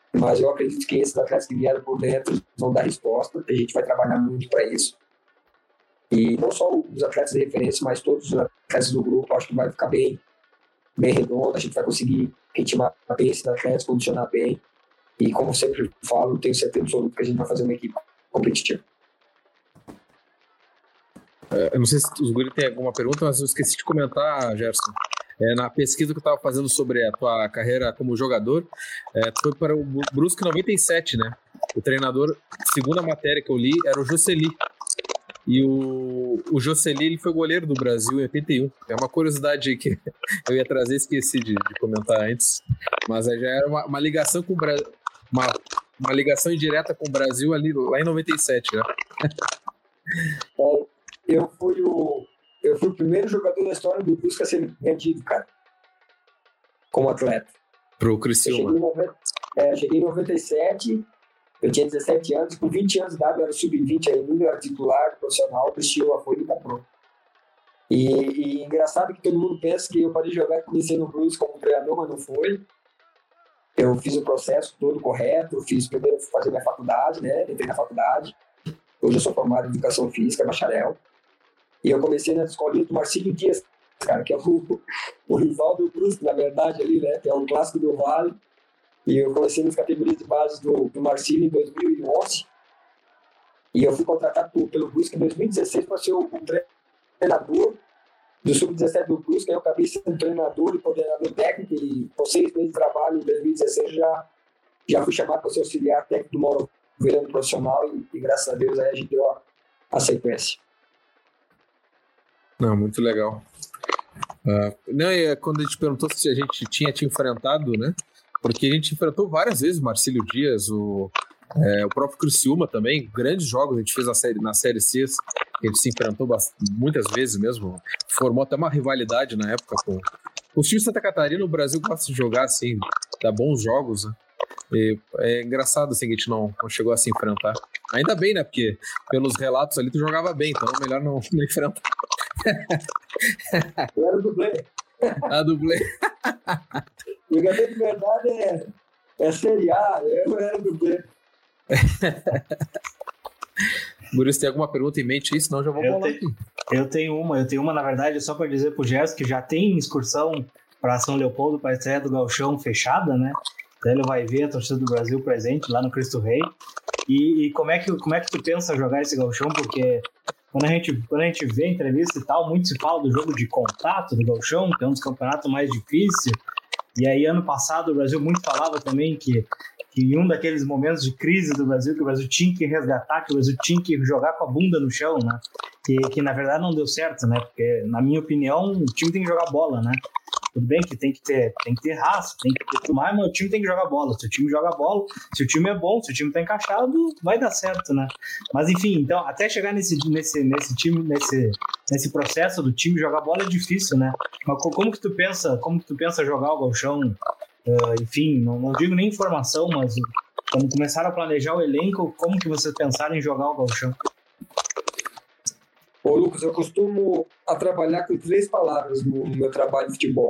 mas eu acredito que esses atletas que vieram por dentro vão dar resposta, a gente vai trabalhar muito para isso. E não só os atletas de referência, mas todos os atletas do grupo, acho que vai ficar bem redondo, a gente vai conseguir ritmar bem esses atletas, condicionar bem. E como sempre falo, tenho certeza absoluta que a gente vai fazer uma equipe competitiva. Eu não sei se os guri têm alguma pergunta, mas eu esqueci de comentar, Gerson. Na pesquisa que eu estava fazendo sobre a tua carreira como jogador, tu foi para o Brusque 97, né? O treinador, segunda matéria que eu li, era o Jocely. E o Jocely, ele foi goleiro do Brasil em 81. É uma curiosidade aí que eu ia trazer, esqueci de comentar antes. Mas já era uma ligação com o Brasil, uma ligação indireta com o Brasil ali, lá em 97, né? Eu fui o primeiro jogador da história do Brusque a ser vendido, cara, como atleta. Pro Criciúma. Cheguei em 97, eu tinha 17 anos, com 20 anos de idade, eu era sub-20 ainda, eu era titular profissional, o Criciúma foi e me comprou. E engraçado que todo mundo pensa que eu parei de jogar e comecei no Brusque como treinador, mas não foi. Eu fiz o processo todo correto, fiz primeiro fazer minha faculdade, né? Entrei na faculdade. Hoje eu sou formado em Educação Física, bacharel. E eu comecei na escolinha do Marcílio Dias, cara, que é o rival do Brusque, na verdade, ali, né? Que é um clássico do Vale. E eu comecei nas categorias de base do Marcílio em 2011. E eu fui contratado pelo Brusque em 2016 para ser o treinador do Sub-17 do Brusque. Eu acabei sendo treinador e coordenador técnico. E com 6 meses de trabalho, em 2016, já fui chamado para ser auxiliar técnico do Mauro Verano profissional. E graças a Deus aí a gente deu a sequência. Não, muito legal. Quando a gente perguntou se a gente tinha te enfrentado, né? Porque a gente enfrentou várias vezes o Marcílio Dias, o próprio Criciúma também, grandes jogos a gente fez na Série C, a gente se enfrentou muitas vezes mesmo, formou até uma rivalidade na época com os times de Santa Catarina. O Brasil gosta de jogar assim, dá bons jogos, né? E é engraçado assim que a gente não chegou a se enfrentar. Ainda bem, né? Porque pelos relatos ali tu jogava bem, então é melhor não enfrentar. Eu era dublê. A dublê. Jogador de verdade é Série A, eu era dublê. Maurício, tem alguma pergunta em mente aí? Senão já vou falar aqui. Eu tenho uma, na verdade, só para dizer pro Gerson que já tem excursão para São Leopoldo para a estreia do Gauchão fechada, né? Então ele vai ver a torcida do Brasil presente lá no Cristo Rei. E como é que tu pensa jogar esse Gauchão? Porque quando a gente vê entrevista e tal, muito se fala do jogo de contato do Gauchão, que é um dos campeonatos mais difíceis. E aí, ano passado, o Brasil muito falava também que em um daqueles momentos de crise do Brasil, que o Brasil tinha que resgatar, que o Brasil tinha que jogar com a bunda no chão, né? Que na verdade não deu certo, né? Porque, na minha opinião, o time tem que jogar bola, né? Tudo bem que tem que ter raça, tem que ter tudo mais, mas o time tem que jogar bola. Se o time joga bola, se o time é bom, se o time tá encaixado, vai dar certo, né? Mas enfim, então, até chegar nesse processo do time jogar bola é difícil, né? Mas como que tu pensa jogar o Gauchão? Enfim, não digo nem informação, mas quando começaram a planejar o elenco, como que vocês pensaram em jogar o Gauchão? Ô, Lucas, eu costumo trabalhar com 3 palavras no meu trabalho de futebol.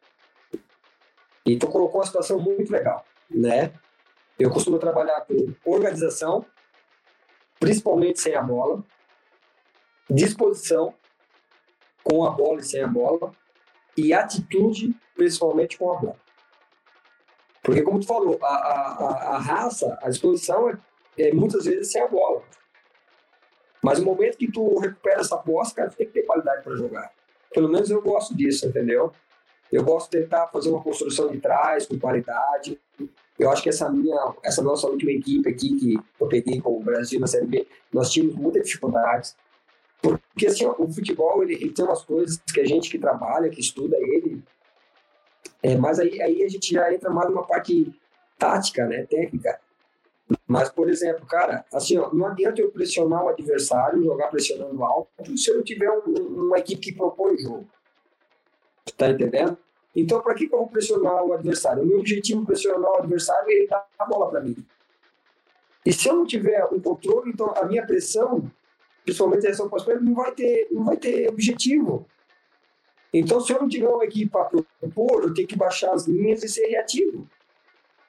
E tu colocou uma situação muito legal, né? Eu costumo trabalhar com organização, principalmente sem a bola, disposição, com a bola e sem a bola, e atitude, principalmente com a bola. Porque, como tu falou, a raça, a disposição é muitas vezes sem a bola. Mas no momento que tu recupera essa posse, cara, tu tem que ter qualidade para jogar. Pelo menos eu gosto disso, entendeu? Eu gosto de tentar fazer uma construção de trás, com qualidade. Eu acho que essa nossa última equipe aqui, que eu peguei com o Brasil na Série B, nós tínhamos muitas dificuldades. Porque assim, o futebol, ele tem umas coisas que a gente que trabalha, que estuda ele, mas aí a gente já entra mais numa parte tática, né, técnica. Mas, por exemplo, cara, assim, ó, não adianta eu pressionar o adversário, jogar pressionando alto, se eu não tiver uma equipe que propõe o jogo. Tá entendendo? Então, para que eu vou pressionar o adversário? O meu objetivo é pressionar o adversário e ele dá a bola para mim. E se eu não tiver um controle, então a minha pressão, principalmente a pressão pós-pressa, não vai ter objetivo. Então, se eu não tiver uma equipe para propor, eu tenho que baixar as linhas e ser reativo.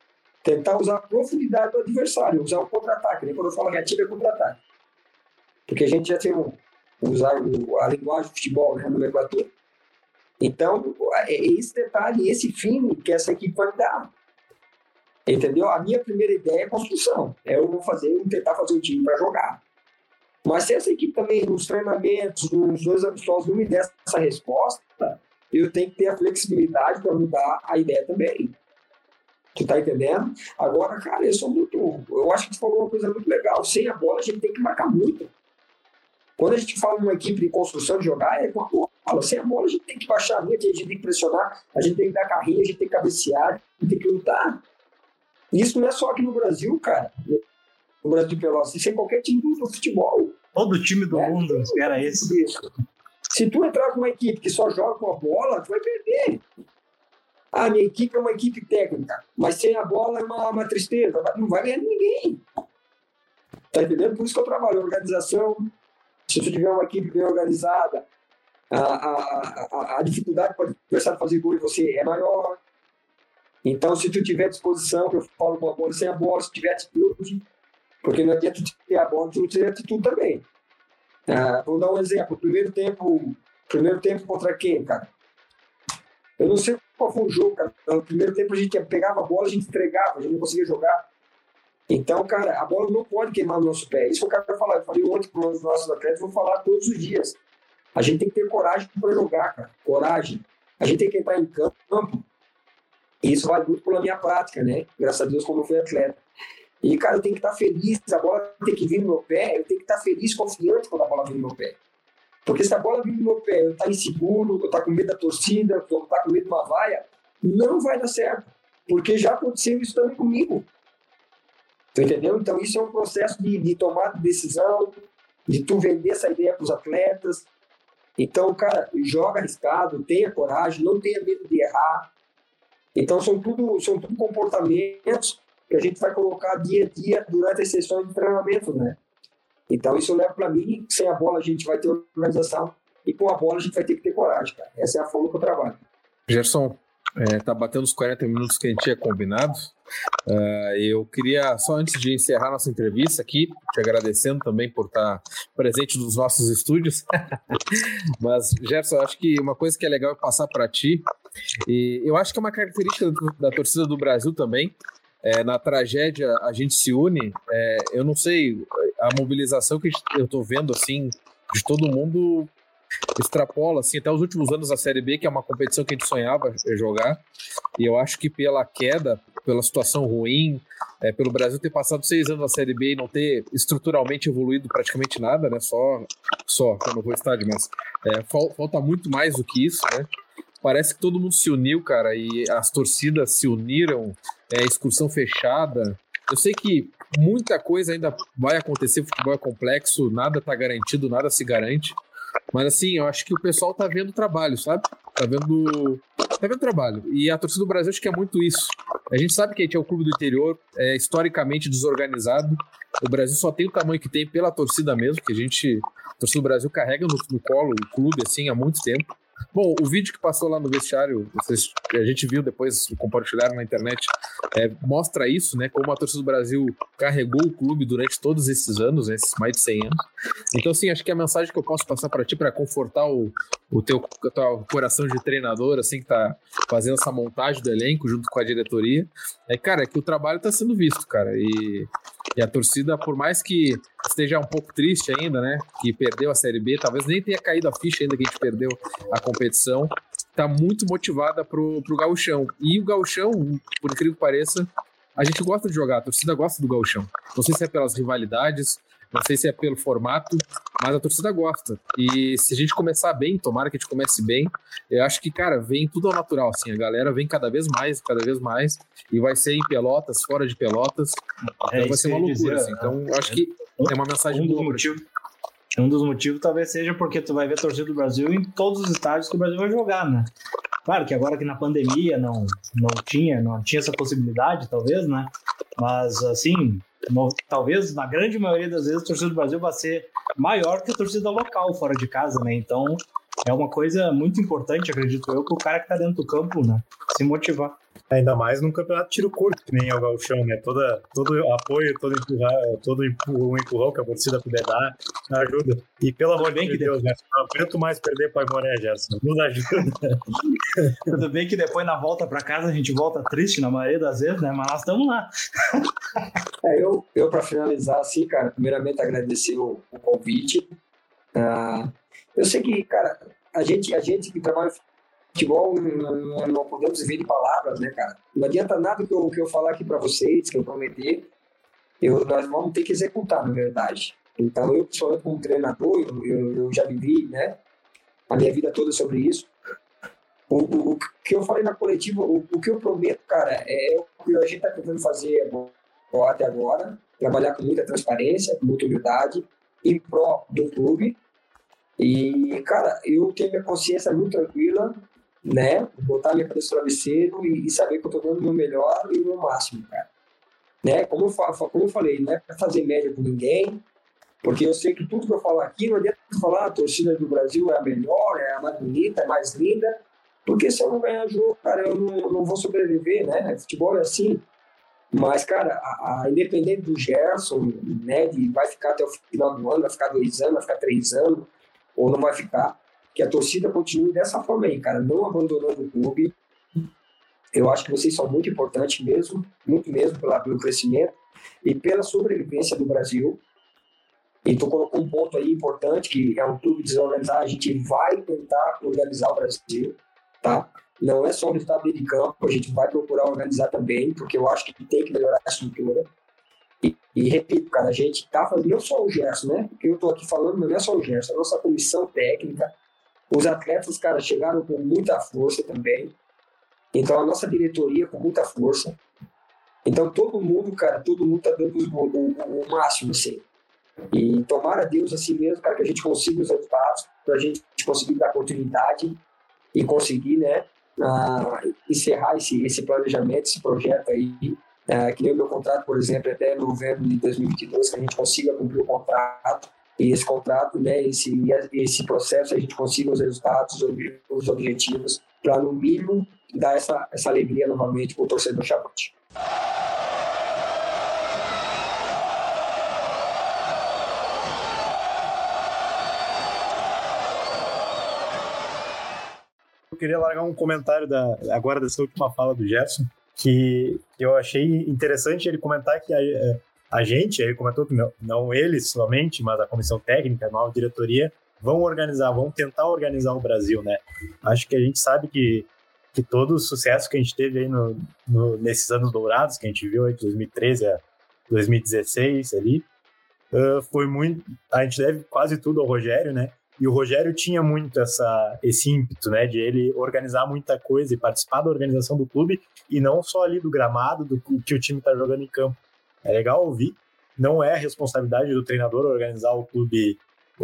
tentar usar a profundidade do adversário, usar o contra-ataque, né? Quando eu falo reativo é contra-ataque. Porque a gente já tem usar a linguagem do futebol, né, no Equador. Então, é esse detalhe, esse feeling que essa equipe vai dar. Entendeu? A minha primeira ideia é construção. Eu vou tentar fazer um time para jogar. Mas se essa equipe também, nos treinamentos, nos 2 amistosos, não me der essa resposta, eu tenho que ter a flexibilidade para mudar a ideia também. Tu tá entendendo? Agora, cara, eu acho que tu falou uma coisa muito legal. Sem a bola, a gente tem que marcar muito. Quando a gente fala numa equipe de construção de jogar, é com a bola. Sem a bola, a gente tem que baixar a linha, a gente tem que pressionar, a gente tem que dar carrinho, a gente tem que cabecear, a gente tem que lutar. Isso não é só aqui no Brasil, cara. No Brasil de Pelotas, isso é em qualquer time do futebol. Todo time do mundo espera isso. Se tu entrar com uma equipe que só joga com a bola, tu vai perder. A minha equipe é uma equipe técnica, mas sem a bola é uma tristeza. Não vai ganhar ninguém. Tá entendendo? Por isso que eu trabalho. Organização. Se tu tiver uma equipe bem organizada, a dificuldade para o adversário fazer gol em você é maior. Então, se tu tiver disposição, que eu falo com a bola, sem a bola, se tiver atitude, porque não adianta tu ter a bola, tu ter atitude também. Vou dar um exemplo. Primeiro tempo contra quem, cara? Eu não sei qual foi o jogo, cara. No primeiro tempo a gente pegava a bola, a gente entregava, a gente não conseguia jogar. Então, cara, a bola não pode queimar no nosso pé. Isso que eu quero falar. Eu falei ontem para os nossos atletas, vou falar todos os dias. A gente tem que ter coragem para jogar, cara. Coragem. A gente tem que entrar em campo. E isso vale muito pela minha prática, né? Graças a Deus, como eu fui atleta. E, cara, eu tenho que estar feliz. A bola tem que vir no meu pé. Eu tenho que estar feliz, confiante quando a bola vir no meu pé. Porque se a bola vir no meu pé, eu estar inseguro, eu estar com medo da torcida, eu estar com medo de uma vaia, não vai dar certo. Porque já aconteceu isso também comigo. Entendeu? Então, isso é um processo de tomar decisão, de tu vender essa ideia para os atletas. Então, cara, joga arriscado, tenha coragem, não tenha medo de errar. Então, são tudo comportamentos que a gente vai colocar dia a dia durante as sessões de treinamento, né? Então, isso leva para mim, sem a bola a gente vai ter organização e com a bola a gente vai ter que ter coragem, cara. Essa é a forma que eu trabalho. Gerson, tá batendo os 40 minutos que a gente tinha combinado. Eu queria, só antes de encerrar nossa entrevista aqui, te agradecendo também por estar presente nos nossos estúdios. Mas, Gerson, acho que uma coisa que é legal é passar para ti, e eu acho que é uma característica da torcida do Brasil também. Na tragédia a gente se une. Eu não sei, a mobilização que eu estou vendo assim de todo mundo extrapola assim, até os últimos anos da Série B, que é uma competição que a gente sonhava jogar, e eu acho que pela queda, pela situação ruim, pelo Brasil ter passado 6 anos na Série B e não ter estruturalmente evoluído praticamente nada, né? Só eu não vou estádio, mas falta muito mais do que isso, né? Parece que todo mundo se uniu, cara, e as torcidas se uniram, excursão fechada. Eu sei que muita coisa ainda vai acontecer, o futebol é complexo, nada tá garantido, nada se garante. Mas assim, eu acho que o pessoal tá vendo trabalho, sabe? Tá vendo trabalho. E a torcida do Brasil acho que é muito isso. A gente sabe que a gente é o clube do interior, é historicamente desorganizado. O Brasil só tem o tamanho que tem pela torcida mesmo, que a torcida do Brasil carrega no colo o clube assim há muito tempo. Bom, o vídeo que passou lá no vestiário, a gente viu depois, compartilharam na internet, mostra isso, né? Como a torcida do Brasil carregou o clube durante todos esses anos, esses mais de 100 anos. Então, assim, acho que a mensagem que eu posso passar para ti, para confortar o teu coração de treinador, assim, que tá fazendo essa montagem do elenco junto com a diretoria, cara, é que o trabalho tá sendo visto, cara. E a torcida, por mais que esteja um pouco triste ainda, né? Que perdeu a Série B, talvez nem tenha caído a ficha ainda que a gente perdeu a competição, tá muito motivada pro Gauchão. E o Gauchão, por incrível que pareça, a gente gosta de jogar, a torcida gosta do Gauchão. Não sei se é pelas rivalidades, não sei se é pelo formato, mas a torcida gosta. E se a gente começar bem, tomara que a gente comece bem, eu acho que, cara, vem tudo ao natural, assim, a galera vem cada vez mais, e vai ser em Pelotas, fora de Pelotas, então vai ser uma loucura, assim. Então, eu acho que é uma mensagem boa. Um dos motivos talvez seja porque tu vai ver a torcida do Brasil em todos os estádios que o Brasil vai jogar, né? Claro que agora que na pandemia não tinha essa possibilidade, talvez, né? Mas, assim, talvez na grande maioria das vezes a torcida do Brasil vai ser maior que a torcida local fora de casa, né? Então, é uma coisa muito importante, acredito eu, que o cara que tá dentro do campo, né? Se motivar. Ainda mais num campeonato tiro curto, que nem é o Gauchão, né? Todo apoio, todo empurrão que a torcida puder dar, ajuda. E pelo amor de Deus, né? Não aguento mais perder para Aimoré, Gerson. Nos ajuda. Tudo bem que depois na volta para casa a gente volta triste na maioria das vezes, né? Mas nós estamos lá. Eu para finalizar, assim, cara, primeiramente agradecer o convite. Eu sei que, cara, a gente que trabalha futebol não podemos viver de palavras, né, cara? Não adianta nada que eu falar aqui para vocês, que eu prometer, nós vamos ter que executar, na verdade. Então, eu, pessoalmente, como treinador, eu já vivi, né, a minha vida toda sobre isso. O que eu falei na coletiva, o que eu prometo, cara, é o que a gente está tentando fazer até agora, trabalhar com muita transparência, com muita humildade, em pró do clube. E, cara, eu tenho minha consciência muito tranquila, né? Botar minha cabeça no travesseiro e saber que eu tô dando o meu melhor e o meu máximo, cara. Né? Como eu falei, não é pra fazer média com ninguém, porque eu sei que tudo que eu falo aqui não adianta falar a torcida do Brasil é a melhor, é a mais bonita, é a mais linda, porque se eu não ganhar jogo, cara, eu não vou sobreviver, né? Futebol é assim. Mas, cara, independente do Gerson, né, vai ficar até o final do ano, vai ficar 2 anos, vai ficar 3 anos, ou não vai ficar, que a torcida continue dessa forma aí, cara, não abandonando o clube. Eu acho que vocês são muito importantes mesmo, muito mesmo pelo crescimento e pela sobrevivência do Brasil. E tu colocou um ponto aí importante, que é um clube desorganizado, a gente vai tentar organizar o Brasil, tá? Não é só o resultado de campo, a gente vai procurar organizar também, porque eu acho que tem que melhorar a estrutura. E repito, cara, a gente tá fazendo, não só o Gerson, né? Porque eu tô aqui falando, não é só o Gerson, a nossa comissão técnica, os atletas, cara, chegaram com muita força também. Então, a nossa diretoria com muita força. Então, todo mundo tá dando o máximo, assim. E tomara a Deus assim mesmo, cara, que a gente consiga os resultados, pra gente conseguir dar continuidade e conseguir, né, encerrar esse planejamento, esse projeto aí. Que nem o meu contrato, por exemplo, até novembro de 2022, que a gente consiga cumprir o contrato. E esse contrato, né, esse processo, a gente consiga os resultados, os objetivos, para, no mínimo, dar essa alegria novamente para o torcedor Chavante. Eu queria largar um comentário agora dessa última fala do Gerson, que eu achei interessante ele comentar que a gente, ele comentou que não ele somente, mas a comissão técnica, a nova diretoria, vão tentar organizar o Brasil, né? Acho que a gente sabe que todo o sucesso que a gente teve aí nesses anos dourados, que a gente viu aí de 2013 a 2016 ali, foi muito... A gente deve quase tudo ao Rogério, né? E o Rogério tinha muito esse ímpeto, né? De ele organizar muita coisa e participar da organização do clube, e não só ali do gramado, do que o time está jogando em campo. É legal ouvir, não é responsabilidade do treinador organizar o clube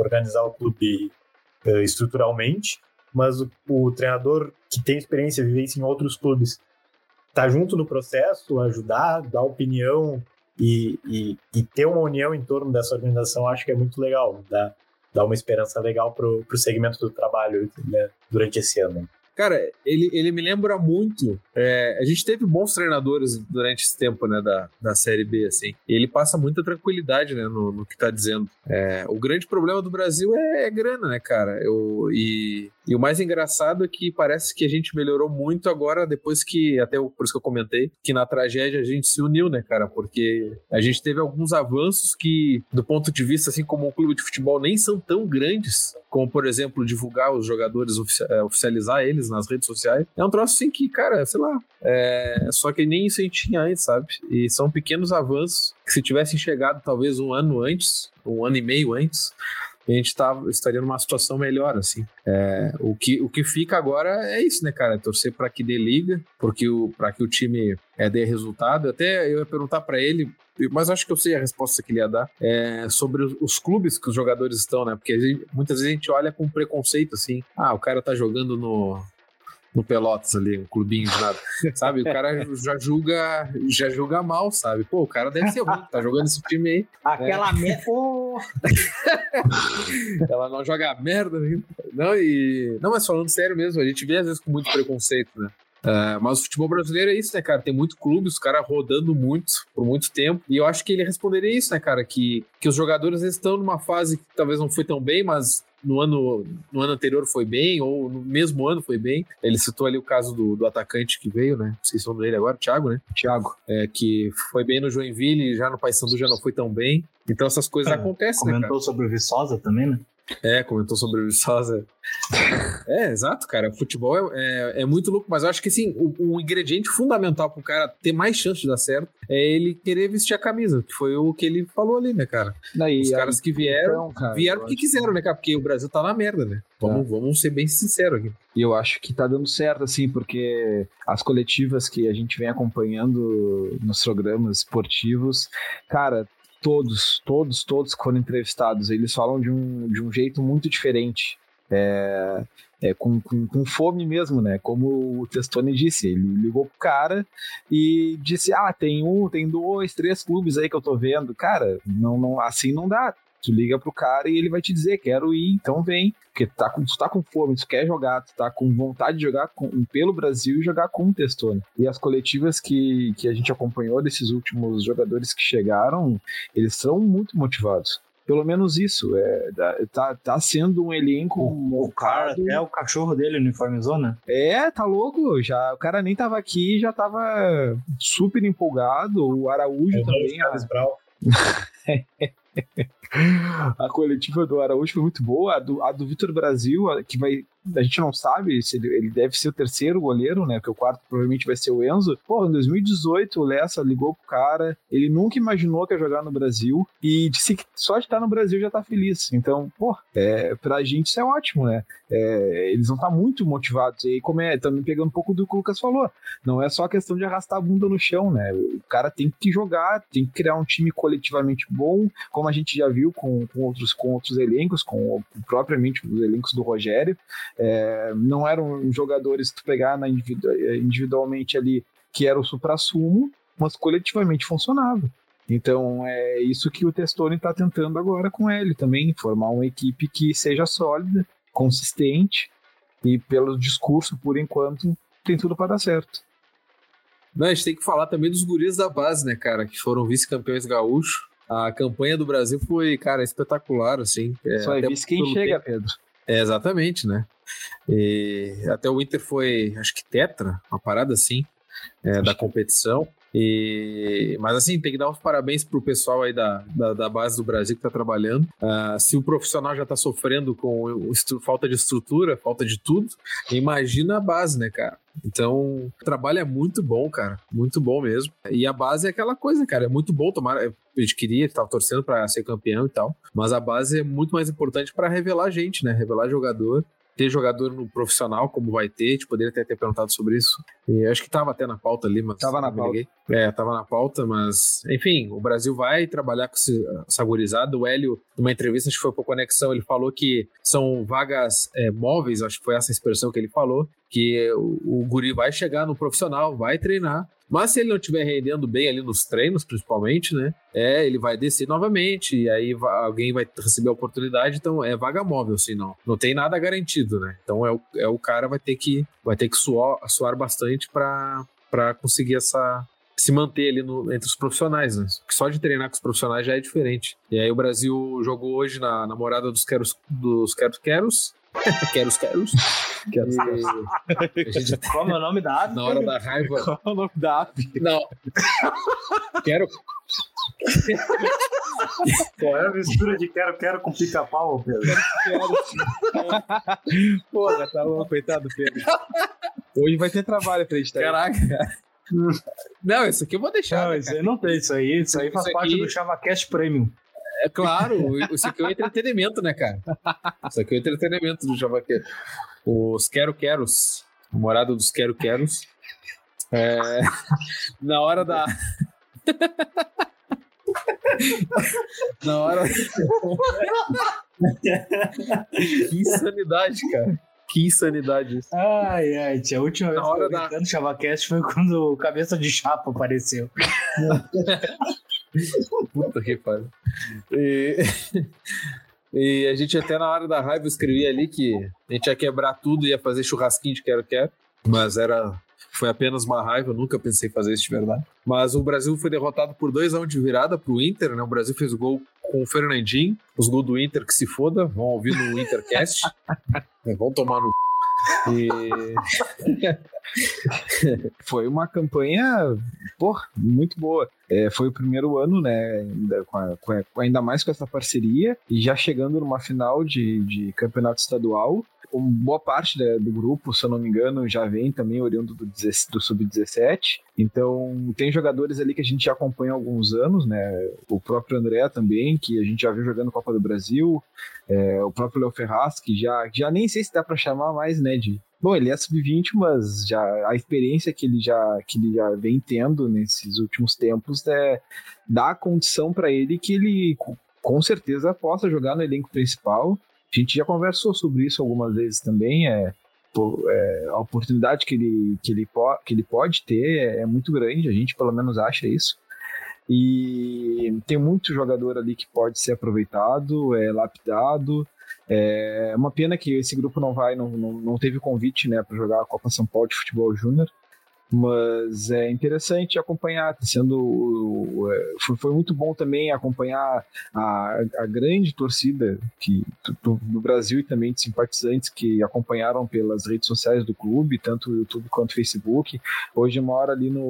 estruturalmente, mas o treinador que tem experiência, vivência em outros clubes, tá junto no processo, ajudar, dar opinião e ter uma união em torno dessa organização, acho que é muito legal, dá uma esperança legal pro segmento do trabalho, né, durante esse ano. Cara, ele me lembra muito. A gente teve bons treinadores durante esse tempo, né, da Série B, assim. E ele passa muita tranquilidade, né, no que tá dizendo. O grande problema do Brasil é grana, né, cara? E o mais engraçado é que parece que a gente melhorou muito agora, depois que, por isso que eu comentei, que na tragédia a gente se uniu, né, cara? Porque a gente teve alguns avanços que, do ponto de vista, assim, como um clube de futebol, nem são tão grandes, como, por exemplo, divulgar os jogadores, oficializar eles nas redes sociais. É um troço assim que, cara, sei lá, só que nem isso a gente tinha antes, sabe? E são pequenos avanços que, se tivessem chegado talvez um ano e meio antes, a gente estaria numa situação melhor, assim. O que fica agora é isso, né, cara? É torcer para que dê liga, para que o time dê resultado. Até eu ia perguntar para ele, mas acho que eu sei a resposta que ele ia dar, sobre os clubes que os jogadores estão, né? Porque muitas vezes a gente olha com preconceito, assim. O cara tá jogando no Pelotas ali, um clubinho de nada, sabe? O cara já julga mal, sabe? Pô, o cara deve ser ruim, tá jogando esse time aí. Aquela merda... Ela não joga merda, né? Não, mas falando sério mesmo, a gente vê às vezes com muito preconceito, né? Mas o futebol brasileiro é isso, né, cara? Tem muito clube, os caras rodando muito, por muito tempo. E eu acho que ele responderia isso, né, cara? Que os jogadores eles estão numa fase que talvez não foi tão bem, mas no ano anterior foi bem, ou no mesmo ano foi bem. Ele citou ali o caso do atacante que veio, né? Não sei se é o nome dele agora, Thiago, né? Thiago. Que foi bem no Joinville, já no Paysandu já não foi tão bem. Então essas coisas acontecem, né, cara? Comentou sobre o Viçosa também, né? Comentou sobre o Viçosa. Exato, cara. Futebol é muito louco, mas eu acho que assim, o ingrediente fundamental pro cara ter mais chance de dar certo é ele querer vestir a camisa, que foi o que ele falou ali, né, cara? Os caras que vieram, vieram porque quiseram, né, cara? Porque o Brasil tá na merda, né? Vamos ser bem sinceros aqui. E eu acho que tá dando certo, assim, porque as coletivas que a gente vem acompanhando nos programas esportivos, cara, todos que foram entrevistados, eles falam de um jeito muito diferente, com fome mesmo, né? Como o Testoni disse, ele ligou pro cara e disse, tem 2, 3 clubes aí que eu tô vendo. Cara, não, assim não dá. Tu liga pro cara e ele vai te dizer, quero ir, então vem. Porque tu tá com fome, tu quer jogar, tu tá com vontade de jogar pelo Brasil e jogar com o Testoni. E as coletivas que a gente acompanhou desses últimos jogadores que chegaram, eles são muito motivados. Pelo menos isso, tá sendo um elenco... O cara, até o cachorro dele uniformizou, né? Tá louco, já, o cara nem tava aqui, já tava super empolgado, o Araújo também... A coletiva do Araújo foi muito boa. A do Vitor Brasil, a gente não sabe se ele deve ser o terceiro goleiro, né? Porque o quarto provavelmente vai ser o Enzo. Em 2018 o Lessa ligou pro cara, ele nunca imaginou que ia jogar no Brasil e disse que só de estar no Brasil já tá feliz. Então, pra gente isso é ótimo, né? Eles vão estar muito motivados. E aí, também pegando um pouco do que o Lucas falou, não é só questão de arrastar a bunda no chão, né? O cara tem que jogar, tem que criar um time coletivamente bom, como a gente já viu com outros elencos, propriamente os elencos do Rogério. Não eram jogadores que tu pegar individualmente ali que era o supra-sumo, mas coletivamente funcionava. Então é isso que o Testoni está tentando agora com ele também, formar uma equipe que seja sólida, consistente, e pelo discurso, por enquanto, tem tudo para dar certo. Não, a gente tem que falar também dos guris da base, né, cara, que foram vice-campeões gaúchos. A campanha do Brasil foi, cara, espetacular, assim. Só é vice quem chega, Pedro. Exatamente, né? E até o Inter foi, acho que tetra, uma parada assim, da competição. Mas assim, tem que dar uns parabéns pro pessoal aí da base do Brasil que tá trabalhando. Se o profissional já tá sofrendo com falta de estrutura, falta de tudo, imagina a base, né, cara? Então, o trabalho é muito bom, cara. Muito bom mesmo. E a base é aquela coisa, cara. É muito bom tomar. A gente queria, tava torcendo pra ser campeão e tal. Mas a base é muito mais importante pra revelar gente, né? Revelar jogador. Ter jogador no profissional, como vai ter. A gente poderia até ter perguntado sobre isso. E acho que tava até na pauta ali, mas... Tava na pauta. Tava na pauta, mas... Enfim, o Brasil vai trabalhar com essa gurizada. O Hélio, numa entrevista, acho que foi por Conexão, ele falou que são vagas móveis, acho que foi essa expressão que ele falou, que o guri vai chegar no profissional, vai treinar. Mas se ele não estiver rendendo bem ali nos treinos, principalmente, né? Ele vai descer novamente e aí alguém vai receber a oportunidade. Então é vaga móvel, assim, não tem nada garantido, né? Então o cara vai ter que suar bastante para conseguir se manter ali entre os profissionais, né? Porque só de treinar com os profissionais já é diferente. E aí o Brasil jogou hoje na morada dos Queros. Qual é o nome da ave? Na hora da raiva. Qual é o nome da ave? Não. Quero. Qual é a mistura de quero com pica-pau, Pedro? Porra, tá bom, coitado do Pedro. Hoje vai ter trabalho pra gente, tá? Caraca. Não, isso aqui eu vou deixar. Não, isso aí não tem, isso aí faz parte do ChavaCast Premium. É claro, isso aqui é o entretenimento, né, cara? Isso aqui é o entretenimento do ChavaCast. Os Quero-Queros, a morada dos Quero-Queros. Na hora da... Na hora... Que insanidade, cara. Que insanidade isso. Ai, tia, a última vez que eu vi no ChavaCast foi quando o Cabeça de Chapa apareceu. Puta que pariu. E a gente até na hora da raiva escrevia ali que a gente ia quebrar tudo e ia fazer churrasquinho de quero-quero, mas era foi apenas uma raiva, eu nunca pensei em fazer isso de verdade. Mas o Brasil foi derrotado por 2-1 de virada pro Inter, né? O Brasil fez o gol com o Fernandinho, os gols do Inter que se foda, vão ouvir no Intercast. Vão tomar no... Foi uma campanha, muito boa. Foi o primeiro ano, né, ainda mais com essa parceria, e já chegando numa final de campeonato estadual. Boa parte do grupo, se eu não me engano, já vem também oriundo do Sub-17. Então, tem jogadores ali que a gente já acompanha há alguns anos, né? O próprio André também, que a gente já viu jogando Copa do Brasil. O próprio Léo Ferraz, que já nem sei se dá para chamar mais, né? Bom, ele é Sub-20, mas já a experiência que ele já vem tendo nesses últimos tempos dá a condição para ele que ele, com certeza, possa jogar no elenco principal. A gente já conversou sobre isso algumas vezes também. A oportunidade que ele pode ter é muito grande, a gente pelo menos acha isso. E tem muito jogador ali que pode ser aproveitado, lapidado. É uma pena que esse grupo não teve convite, né, para jogar a Copa São Paulo de Futebol Júnior. Mas é interessante acompanhar, foi muito bom também acompanhar a grande torcida do Brasil e também de simpatizantes que acompanharam pelas redes sociais do clube, tanto o YouTube quanto o Facebook. Hoje, uma hora ali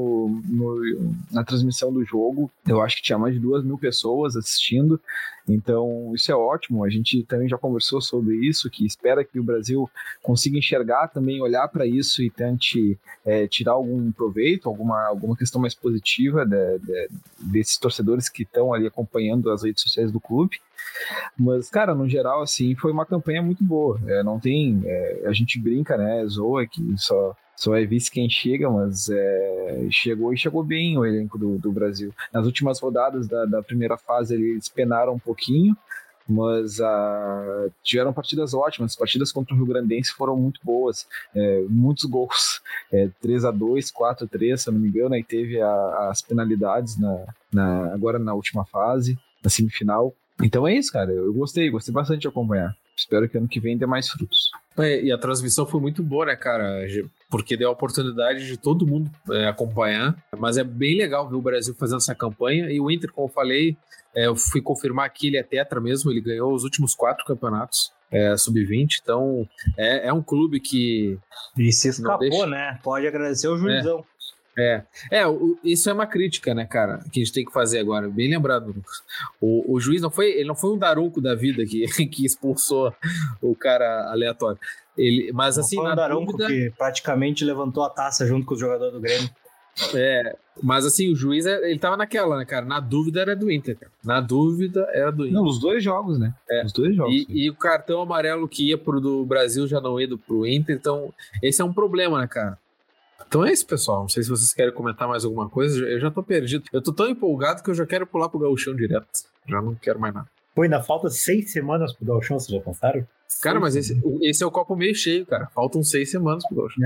na transmissão do jogo, eu acho que tinha mais de 2.000 pessoas assistindo, então isso é ótimo. A gente também já conversou sobre isso, que espera que o Brasil consiga enxergar também, olhar para isso e tente tirar algum proveito, alguma questão mais positiva desses torcedores que estão ali acompanhando as redes sociais do clube. Mas, cara, no geral, assim, foi uma campanha muito boa. Não tem... a gente brinca, né? Zoa que só é vice quem chega, mas chegou bem o elenco do Brasil. Nas últimas rodadas da primeira fase, eles penaram um pouquinho, mas tiveram partidas ótimas. As partidas contra o Rio Grandense foram muito boas, muitos gols, 3-2, 4-3, se eu não me engano, aí teve as penalidades agora na última fase, na semifinal. Então é isso, cara, eu gostei bastante de acompanhar. Espero que ano que vem dê mais frutos. E a transmissão foi muito boa, né, cara? Porque deu a oportunidade de todo mundo acompanhar. Mas é bem legal ver o Brasil fazendo essa campanha. E o Inter, como eu falei, eu fui confirmar que ele é tetra mesmo. Ele ganhou os últimos 4 campeonatos sub-20. Então, é um clube que... E se escapou, né? Pode agradecer o juizão. Isso é uma crítica, né, cara, que a gente tem que fazer agora, bem lembrado, Lucas. O juiz não foi um darunco da vida que expulsou o cara aleatório. Mas não assim, foi um darunco que praticamente levantou a taça junto com o jogador do Grêmio. Mas assim, o juiz, ele tava naquela, né, cara? Na dúvida era do Inter, cara. Na dúvida era do Inter. Não, os dois jogos, né? Os dois jogos. E o cartão amarelo que ia pro do Brasil já não ia pro Inter, então esse é um problema, né, cara? Então é isso, pessoal. Não sei se vocês querem comentar mais alguma coisa. Eu já tô perdido. Eu tô tão empolgado que eu já quero pular pro Gauchão direto. Já não quero mais nada. Pô, ainda falta 6 semanas pro Gauchão, vocês já pensaram? Cara, mas esse é o copo meio cheio, cara. Faltam 6 semanas pro Gauchão.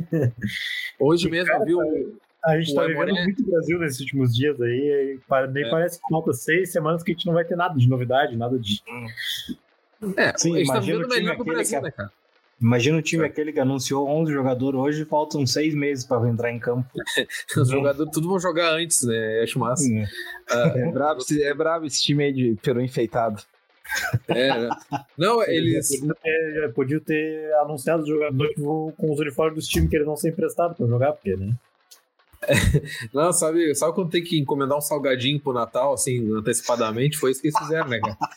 Hoje mesmo, cara, viu? A gente tá vivendo muito Brasil nesses últimos dias aí. Nem parece que falta 6 semanas que a gente não vai ter nada de novidade, nada de... Sim, a gente tá vivendo o melhor do Brasil, né, cara? Imagina o time aquele que anunciou 11 jogadores hoje e faltam 6 meses para entrar em campo. Os jogadores tudo vão jogar antes, né? Acho massa. É brabo esse time aí de peru enfeitado. Não, eles... Podiam ter anunciado os jogadores com os uniformes dos times que eles vão ser emprestados para jogar, porque, né? Não, sabe quando tem que encomendar um salgadinho pro Natal, assim, antecipadamente? Foi isso que eles fizeram, né, cara?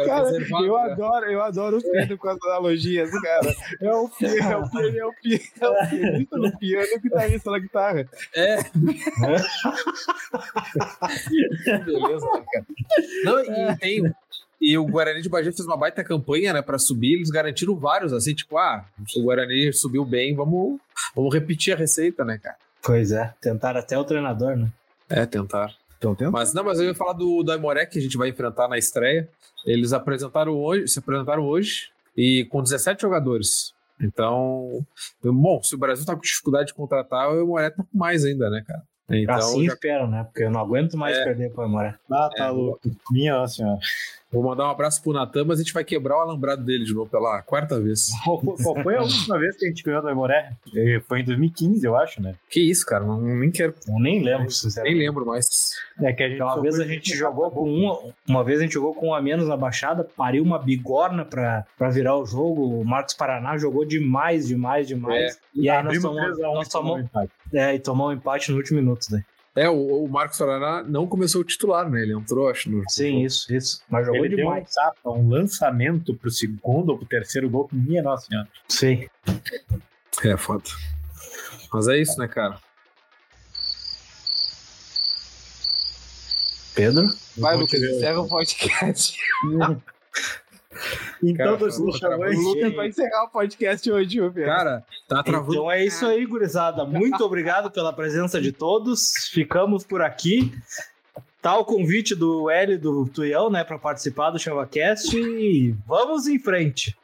Eu adoro o Pedro com as analogias, cara. É o piano que tá isso na guitarra. Beleza, cara. Não, e o Guarani de Bagé fez uma baita campanha, né, pra subir. Eles garantiram vários, assim, tipo, se o Guarani subiu bem, vamos repetir a receita, né, cara? Pois é, tentaram até o treinador, né? Tentaram. Mas eu ia falar do Aimoré, que a gente vai enfrentar na estreia. Eles se apresentaram hoje e com 17 jogadores. Então, bom, se o Brasil tá com dificuldade de contratar, o Aimoré tá com mais ainda, né, cara? Então, assim espero, né? Porque eu não aguento mais perder pro Aimoré. Tá louco. Minha nossa senhora. Vou mandar um abraço pro Natan, mas a gente vai quebrar o alambrado dele de novo pela 4ª vez. Qual foi a última vez que a gente ganhou do Aimoré? Foi em 2015, eu acho, né? Que isso, cara, nem quero. Eu nem lembro, sinceramente. Nem lembro mais. É que a gente Uma vez a gente jogou com uma vez a gente jogou com um a menos na baixada, pariu uma bigorna pra virar o jogo. O Marcos Paraná jogou demais. E aí nós tomamos e tomamos um empate no último minuto, né? O Marcos Paraná não começou o titular, né? Ele entrou, acho. Sim, isso. Mas jogou ele demais. Deu um lançamento pro segundo ou pro terceiro gol, que minha nossa senhora. Sim. É foda. Mas é isso, né, cara? Pedro? Vai, Lucas, encerra o podcast. Então, cara, você chamou O Lucas vai encerrar o podcast hoje, Pedro. Cara, tá travando. Então é isso aí, gurizada. Muito obrigado pela presença de todos. Ficamos por aqui. Tá o convite do Hélio e do Tuião, né, para participar do ChavaCast e vamos em frente.